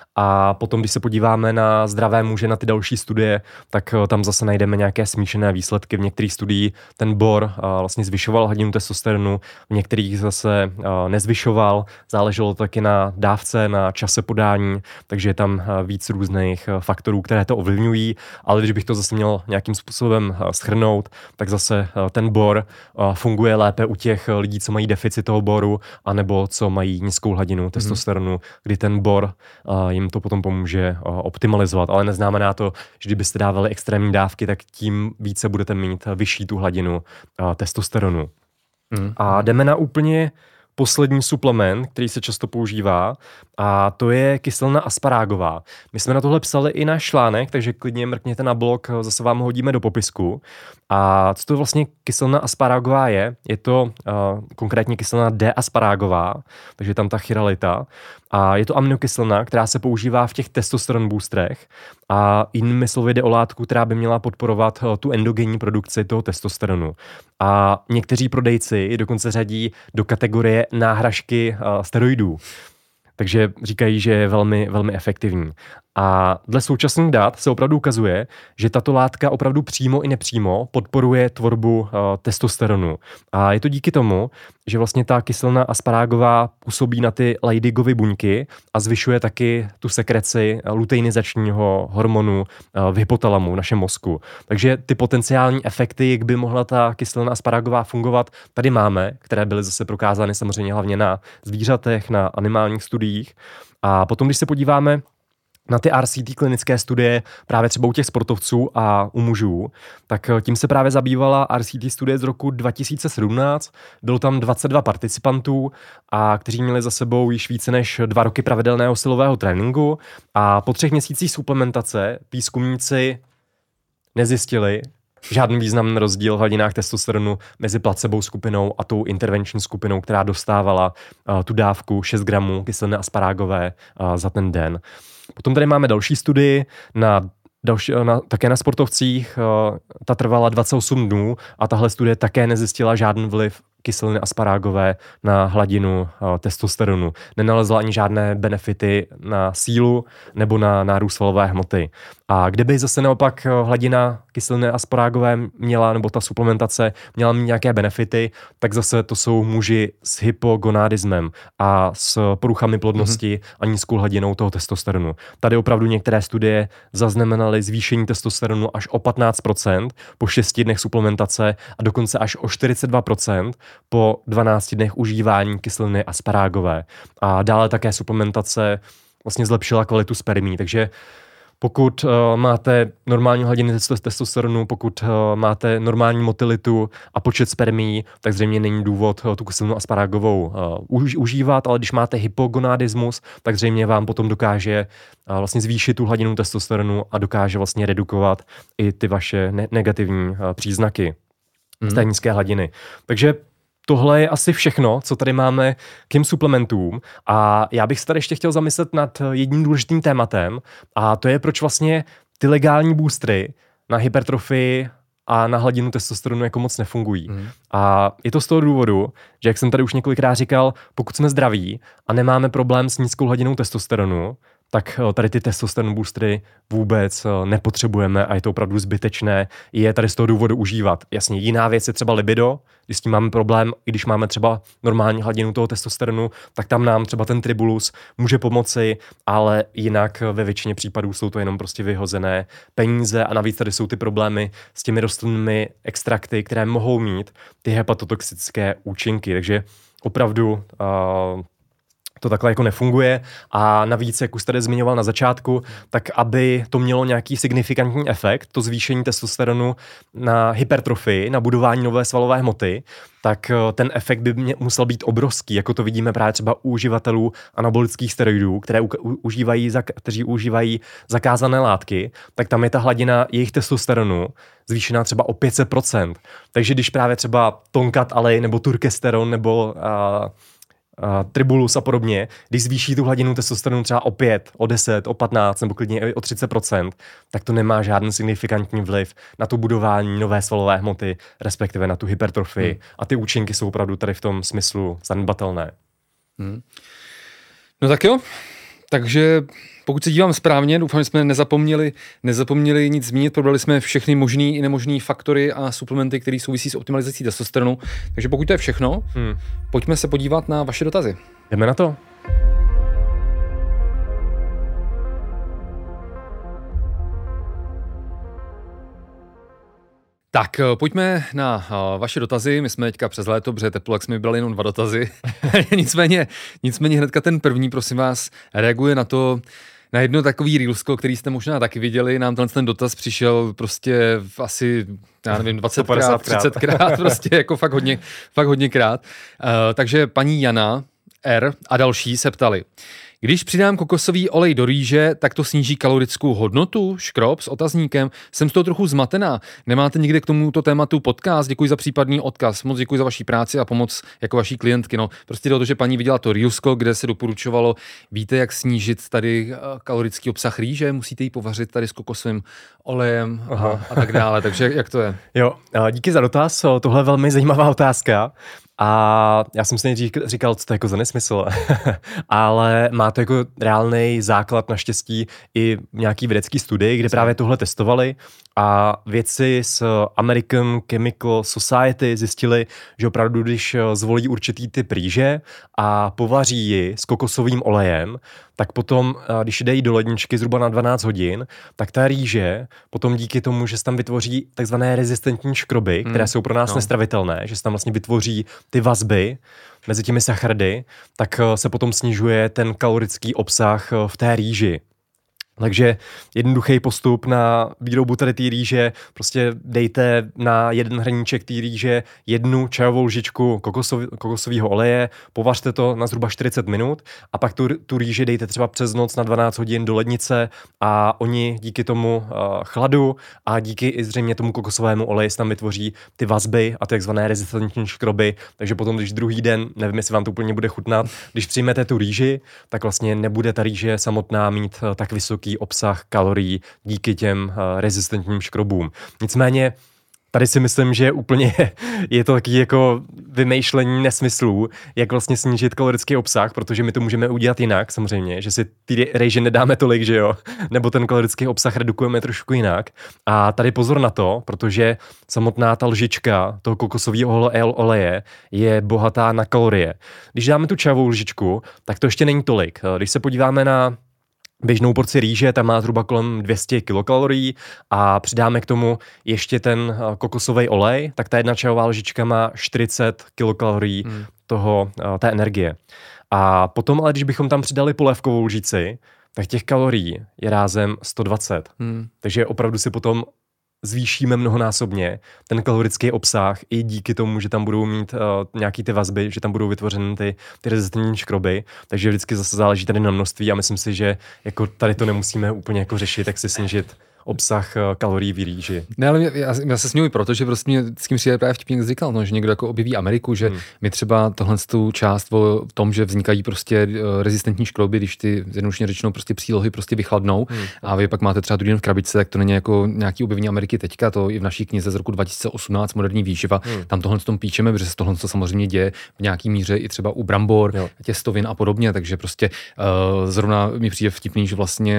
A potom, když se podíváme na zdravé muže, na ty další studie, tak tam zase najdeme nějaké smíšené výsledky. V některých studiích ten bor vlastně zvyšoval hladinu testosteronu, v některých zase nezvyšoval. Záleželo taky na dávce, na čase podání, takže je tam víc různých faktorů, které to ovlivňují. Ale když bych to zase měl nějakým způsobem shrnout, tak zase ten bor funguje lépe u těch lidí, co mají deficit toho boru, anebo co mají nízkou hladinu testosteronu, kdy ten bor jim to potom pomůže optimalizovat, ale neznamená to, že kdybyste dávali extrémní dávky, tak tím více budete mít vyšší tu hladinu testosteronu. Mm. A jdeme na úplně poslední suplement, který se často používá, a to je kyselina asparágová. My jsme na tohle psali i náš článek, takže klidně mrkněte na blog, zase vám ho hodíme do popisku. A co to vlastně kyselina asparágová je? Je to uh, konkrétně kyselina D-asparágová, takže tam ta chiralita. A je to aminokyselina, která se používá v těch testosteron boostrech a jinými slovy jde o látku, která by měla podporovat uh, tu endogenní produkci toho testosteronu. A někteří prodejci ji dokonce řadí do kategorie náhražky uh, steroidů. Takže říkají, že je velmi, velmi efektivní. A dle současných dat se opravdu ukazuje, že tato látka opravdu přímo i nepřímo podporuje tvorbu uh, testosteronu. A je to díky tomu, že vlastně ta kyselina asparágová působí na ty Leydigovy buňky a zvyšuje taky tu sekreci luteinizačního hormonu uh, v hypotalamu, v našem mozku. Takže ty potenciální efekty, jak by mohla ta kyselina asparágová fungovat, tady máme, které byly zase prokázány samozřejmě hlavně na zvířatech, na animálních studiích. A potom, když se podíváme na ty R C T klinické studie právě třeba u těch sportovců a u mužů, tak tím se právě zabývala R C T studie z roku dva tisíce sedmnáct. Bylo tam dvacet dva participantů, a kteří měli za sebou již více než dva roky pravidelného silového tréninku, a po třech měsících suplementace výzkumníci nezjistili žádný významný rozdíl v hladinách testosteronu mezi placebou skupinou a tou intervenční skupinou, která dostávala uh, tu dávku šest gramů kyseliny asparágové uh, za ten den. Potom tady máme další studii na Další, na, také na sportovcích, uh, ta trvala dvacet osm dnů a tahle studie také nezjistila žádný vliv kyseliny asparágové na hladinu uh, testosteronu. Nenalezla ani žádné benefity na sílu nebo na nárůst svalové hmoty. A kdyby zase naopak hladina kyseliny asparágové měla, nebo ta suplementace měla mít nějaké benefity, tak zase to jsou muži s hypogonadismem a s poruchami plodnosti mm-hmm. a nízkou hladinou toho testosteronu. Tady opravdu některé studie zaznamenaly zvýšení testosteronu až o patnáct procent po šesti dnech suplementace a dokonce až o čtyřicet dva procent po dvanácti dnech užívání kyseliny asparágové. A dále také suplementace vlastně zlepšila kvalitu spermí, takže pokud uh, máte normální hladiny testosteronu, pokud uh, máte normální motilitu a počet spermí, tak zřejmě není důvod uh, tu kyselinu asparágovou uh, už, užívat, ale když máte hypogonadismus, tak zřejmě vám potom dokáže uh, vlastně zvýšit tu hladinu testosteronu a dokáže vlastně redukovat i ty vaše ne- negativní uh, příznaky mm. z té nízké hladiny. Takže tohle je asi všechno, co tady máme k těm suplementům, a já bych se tady ještě chtěl zamyslet nad jedním důležitým tématem, a to je, proč vlastně ty legální boostry na hypertrofii a na hladinu testosteronu jako moc nefungují. Mm. A je to z toho důvodu, že jak jsem tady už několikrát říkal, pokud jsme zdraví a nemáme problém s nízkou hladinou testosteronu, tak tady ty testosteron boostry vůbec nepotřebujeme a je to opravdu zbytečné je tady z toho důvodu užívat. Jasně, jiná věc je třeba libido, když s tím máme problém, i když máme třeba normální hladinu toho testosteronu, tak tam nám třeba ten tribulus může pomoci, ale jinak ve většině případů jsou to jenom prostě vyhozené peníze, a navíc tady jsou ty problémy s těmi rostlinnými extrakty, které mohou mít ty hepatotoxické účinky. Takže opravdu uh, to takhle jako nefunguje a navíc, jak už tady zmiňoval na začátku, tak aby to mělo nějaký signifikantní efekt, to zvýšení testosteronu na hypertrofii, na budování nové svalové hmoty, tak ten efekt by mě, musel být obrovský, jako to vidíme právě třeba u uživatelů anabolických steroidů, které u, u, užívají, kteří užívají zakázané látky, tak tam je ta hladina jejich testosteronu zvýšená třeba o pět set procent. Takže když právě třeba Tonkat alej nebo turkesteron nebo a, a, tribulus a podobně, když zvýší tu hladinu testosteronu třeba o pět, o deset, o patnáct nebo klidně o třicet procent, tak to nemá žádný signifikantní vliv na to budování nové svalové hmoty, respektive na tu hypertrofii. Hmm. A ty účinky jsou opravdu tady v tom smyslu zanedbatelné. Hmm. No tak jo, takže pokud se dívám správně, doufám, že jsme nezapomněli, nezapomněli nic zmínit, probrali jsme všechny možný i nemožný faktory a suplementy, které souvisí s optimalizací testosteronu. Takže pokud to je všechno, hmm. pojďme se podívat na vaše dotazy. Jdeme na to. Tak, pojďme na uh, vaše dotazy. My jsme teďka přes léto, protože teplo, jak jsme vybrali jenom dva dotazy. nicméně, nicméně hnedka ten první, prosím vás, reaguje na to, na jedno takový reelsko, který jste možná taky viděli. Nám ten dotaz přišel prostě v asi, já nevím, dvacetkrát, třicetkrát, prostě jako fakt hodně, fakt hodněkrát. Uh, takže paní Jana R. a další se ptali. Když přidám kokosový olej do rýže, tak to sníží kalorickou hodnotu? Škrob s otazníkem. Jsem z toho trochu zmatená. Nemáte někde k tomuto tématu podcast? Děkuji za případný odkaz. Moc děkuji za vaši práci a pomoc jako vaší klientky. No, prostě jde o to, že paní viděla to reelsko, kde se doporučovalo, víte, jak snížit tady kalorický obsah rýže, musíte ji povařit tady s kokosovým olejem a, a tak dále. Takže jak to je? Jo, díky za dotaz. Tohle je velmi zajímavá otázka. A já jsem si říkal, říkal, co to je jako za nesmysl, ale má to jako reálný základ naštěstí i nějaký vědecký studii, kde právě tohle testovali a vědci z American Chemical Society zjistili, že opravdu, když zvolí určitý typ rýže a povaří ji s kokosovým olejem, tak potom, když dají do ledničky zhruba na dvanáct hodin, tak ta rýže potom díky tomu, že se tam vytvoří takzvané rezistentní škroby, které mm, jsou pro nás no. nestravitelné, že se tam vlastně vytvoří ty vazby mezi těmi sacharidy, tak se potom snižuje ten kalorický obsah v té rýži. Takže jednoduchý postup na výrobu tady té rýže, prostě dejte na jeden hrníček té rýže jednu čajovou lžičku kokosov, kokosového oleje, povařte to na zhruba čtyřicet minut a pak tu, tu rýži dejte třeba přes noc na dvanáct hodin do lednice a oni díky tomu uh, chladu a díky i zřejmě tomu kokosovému oleji se tam vytvoří ty vazby a ty takzvané rezistentní škroby, takže potom, když druhý den, nevím, jestli vám to úplně bude chutnat, když přijmete tu rýži, tak vlastně nebude ta rýže samotná mít uh, tak vysoký obsah kalorií díky těm uh, rezistentním škrobům. Nicméně tady si myslím, že úplně je to taky jako vymýšlení nesmyslů, jak vlastně snížit kalorický obsah, protože my to můžeme udělat jinak samozřejmě, že si ty rejže nedáme tolik, že jo, nebo ten kalorický obsah redukujeme trošku jinak. A tady pozor na to, protože samotná ta lžička toho kokosového oleje je bohatá na kalorie. Když dáme tu čajovou lžičku, tak to ještě není tolik. Když se podíváme na běžnou porci rýže, tam má zhruba kolem dvě stě kilokalorií a přidáme k tomu ještě ten kokosový olej, tak ta jedna čajová lžička má čtyřicet kilokalorií hmm. toho, té energie. A potom, ale když bychom tam přidali polévkovou lžici, tak těch kalorií je rázem sto dvacet. Hmm. Takže opravdu si potom zvýšíme mnohonásobně ten kalorický obsah i díky tomu, že tam budou mít uh, nějaký ty vazby, že tam budou vytvořeny ty, ty rezistentní škroby, takže vždycky zase záleží tady na množství a myslím si, že jako tady to nemusíme úplně jako řešit, jak si snížit obsah kalorií v rýži. Ne, ale já, já se směju, protože prostě mě s kým si právě vtipně říkal, no, že někdo jako objeví Ameriku, že hmm. my třeba tohle tu část o tom, že vznikají prostě rezistentní škroby, když ty zjednodušeně řečeno prostě přílohy prostě vychladnou hmm. a vy pak máte třeba druhý den v krabičce, tak to není jako nějaký objevení Ameriky teďka, to i v naší knize z roku dva tisíce osmnáct Moderní výživa, hmm. tam tohle tom píčeme, protože se tohle to samozřejmě děje v nějaký míře i třeba u brambor, jo. těstovin a podobně, takže prostě uh, zrovna mi přijde vtipný, že vlastně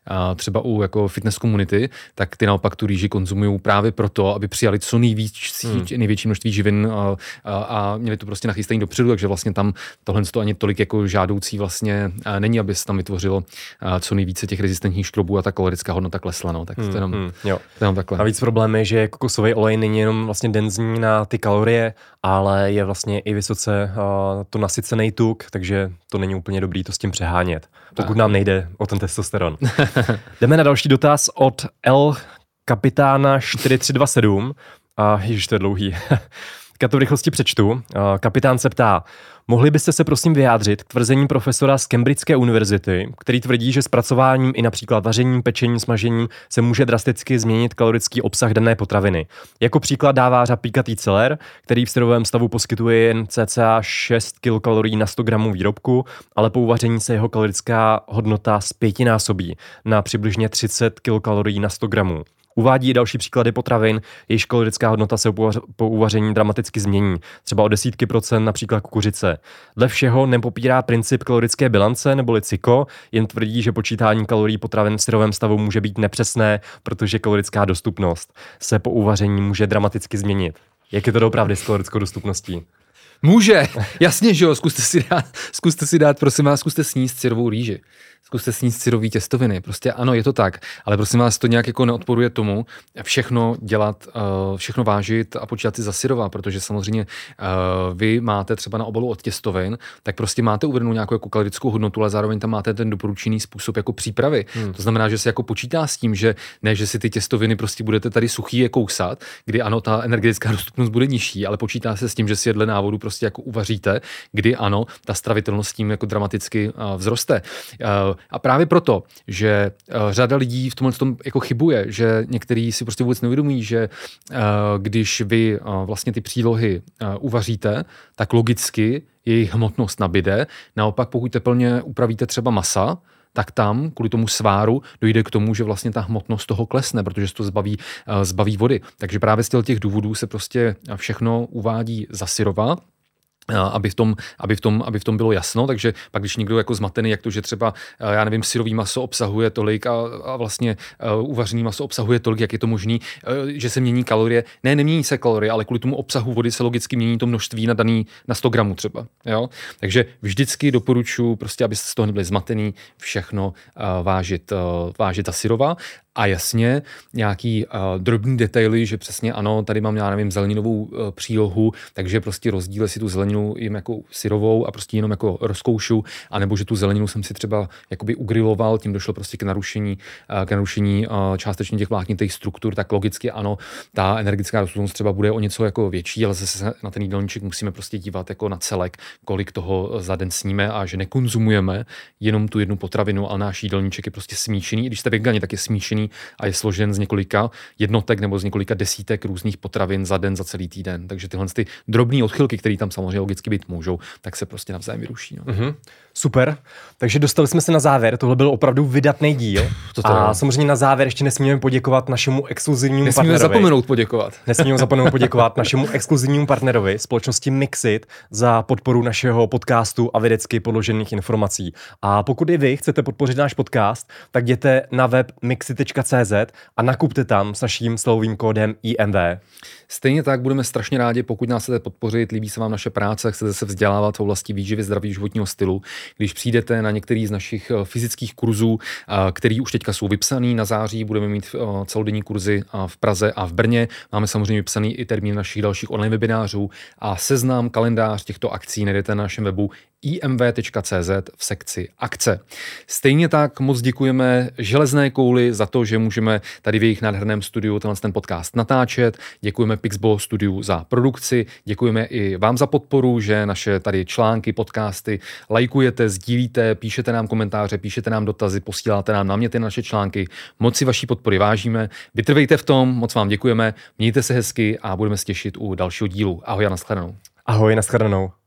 a třeba u jako fitness komunity, tak ty naopak tu rýži konzumují právě proto, aby přijali co nejvíc, hmm. největší množství živin a, a, a měli to prostě nachystaný dopředu, takže vlastně tam tohle to ani tolik jako žádoucí vlastně není, aby se tam vytvořilo co nejvíce těch rezistentních škrobů a ta kalorická hodnota klesla. No. Tak to je jenom, hmm, jo. to je jenom takhle. A víc problém je, že kokosový olej není jenom vlastně denzní na ty kalorie, ale je vlastně i vysoce uh, to nasycený tuk, takže to není úplně dobrý to s tím přehánět, pokud tak nám nejde o ten testosteron. Jdeme na další dotaz od L kapitána čtyři tři dva sedm. A ježiš, to je dlouhý. Já to v rychlosti přečtu. Kapitán se ptá, mohli byste se prosím vyjádřit k tvrzení profesora z Cambridgeské univerzity, který tvrdí, že zpracováním i například vařením, pečením, smažením se může drasticky změnit kalorický obsah dané potraviny. Jako příklad dává řapíkatý celer, který v syrovém stavu poskytuje jen cca šest kilokalorií na sto gramů výrobku, ale po uvaření se jeho kalorická hodnota zpětinásobí na přibližně třicet kilokalorií na sto gramů. Uvádí i další příklady potravin, jejichž kalorická hodnota se po uvaření dramaticky změní, třeba o desítky procent, například kukuřice. Dle všeho nepopírá princip kalorické bilance neboli C I C O, jen tvrdí, že počítání kalorií potravin v syrovém stavu může být nepřesné, protože kalorická dostupnost se po uvaření může dramaticky změnit. Jak je to doopravdy s kalorickou dostupností? Může, jasně, že jo, zkuste si dát, zkuste si dát, prosím vás, zkuste sníst syrovou rýži. Zkuste sníst syrový těstoviny. Prostě ano, je to tak, ale prosím vás, to nějak jako neodporuje tomu všechno dělat, všechno vážit a počítat si za syrová, protože samozřejmě vy máte třeba na obalu od těstovin, tak prostě máte uvedenou nějakou jako kalorickou hodnotu, ale zároveň tam máte ten doporučený způsob jako přípravy. Hmm. To znamená, že se jako počítá s tím, že ne, že si ty těstoviny prostě budete tady suchý je kousat, kdy ano, ta energetická dostupnost bude nižší, ale počítá se s tím, že si jedle návodu prostě jako uvaříte, kdy ano, ta stravitelnost tím jako dramaticky vzroste. A právě proto, že řada lidí v tomhle tom jako chybuje, že některý si prostě vůbec neuvědomují, že když vy vlastně ty přílohy uvaříte, tak logicky jejich hmotnost nabyde. Naopak, pokud teplně upravíte třeba masa, tak tam kvůli tomu sváru dojde k tomu, že vlastně ta hmotnost toho klesne, protože se to zbaví, zbaví vody. Takže právě z těch důvodů se prostě všechno uvádí za syrova, aby v tom, aby v tom, aby v tom bylo jasno, takže pak, když někdo jako zmatený, jak to, že třeba, já nevím, syrový maso obsahuje tolik a, a vlastně uh, uvařený maso obsahuje tolik, jak je to možný, uh, že se mění kalorie. Ne, nemění se kalorie, ale kvůli tomu obsahu vody se logicky mění to množství na daný, na sto gramů třeba, jo. Takže vždycky doporučuji prostě, abyste z toho nebyli zmatený, všechno uh, vážit, uh, vážit ta syrová. A jasně, nějaký uh, drobný detaily, že přesně ano, tady mám, já nevím, zeleninovou uh, přílohu, takže prostě rozdíle si tu zeleninu jim jako syrovou a prostě jenom jako rozkoušu, anebo že tu zeleninu jsem si třeba jakoby ugriloval, tím došlo prostě k narušení, uh, k narušení uh, částečně těch vláknitých struktur, tak logicky ano, ta energetická dostupnost třeba bude o něco jako větší, ale zase na ten jídelníček musíme prostě dívat jako na celek, kolik toho za den sníme a že nekonzumujeme jenom tu jednu potravinu, ale náš jídelníček je prostě smíšený, když jste vegani, tak je smíšený a je složen z několika jednotek nebo z několika desítek různých potravin za den, za celý týden. Takže tyhle ty drobné odchylky, které tam samozřejmě logicky být můžou, tak se prostě navzájem vyruší. No. Mm-hmm. Super. Takže dostali jsme se na závěr. Tohle byl opravdu vydatný díl. A samozřejmě na závěr ještě nesmíme poděkovat našemu exkluzivnímu nesmíme partnerovi. Nesmíme zapomenout poděkovat. Nesmíme zapomenout poděkovat našemu exkluzivnímu partnerovi, společnosti Mixit, za podporu našeho podcastu a vědecky podložených informací. A pokud i vy chcete podpořit náš podcast, tak jděte na web mixit tečka cé zet a nakupte tam s naším slovovým kódem I M V. Stejně tak budeme strašně rádi, pokud nás chcete podpořit, líbí se vám naše práce, chcete se vzdělávat v oblasti výživy, zdraví, životního stylu. Když přijdete na některý z našich fyzických kurzů, který už teďka jsou vypsaný na září, budeme mít celodenní kurzy v Praze a v Brně. Máme samozřejmě vypsaný i termín našich dalších online webinářů a seznam, kalendář těchto akcí najdete na našem webu i m v tečka cé zet v sekci akce. Stejně tak moc děkujeme Železné kouli za to, že můžeme tady v jejich nádherném studiu tenhle ten podcast natáčet. Děkujeme Pixbo Studiu za produkci, děkujeme i vám za podporu, že naše tady články, podcasty lajkujete, sdílíte, píšete nám komentáře, píšete nám dotazy, posíláte nám náměty na naše články. Moc si vaší podpory vážíme. Vytrvejte v tom, moc vám děkujeme, mějte se hezky a budeme se těšit u dalšího dílu. Ahoj a nashledanou. Ahoj, nashledanou.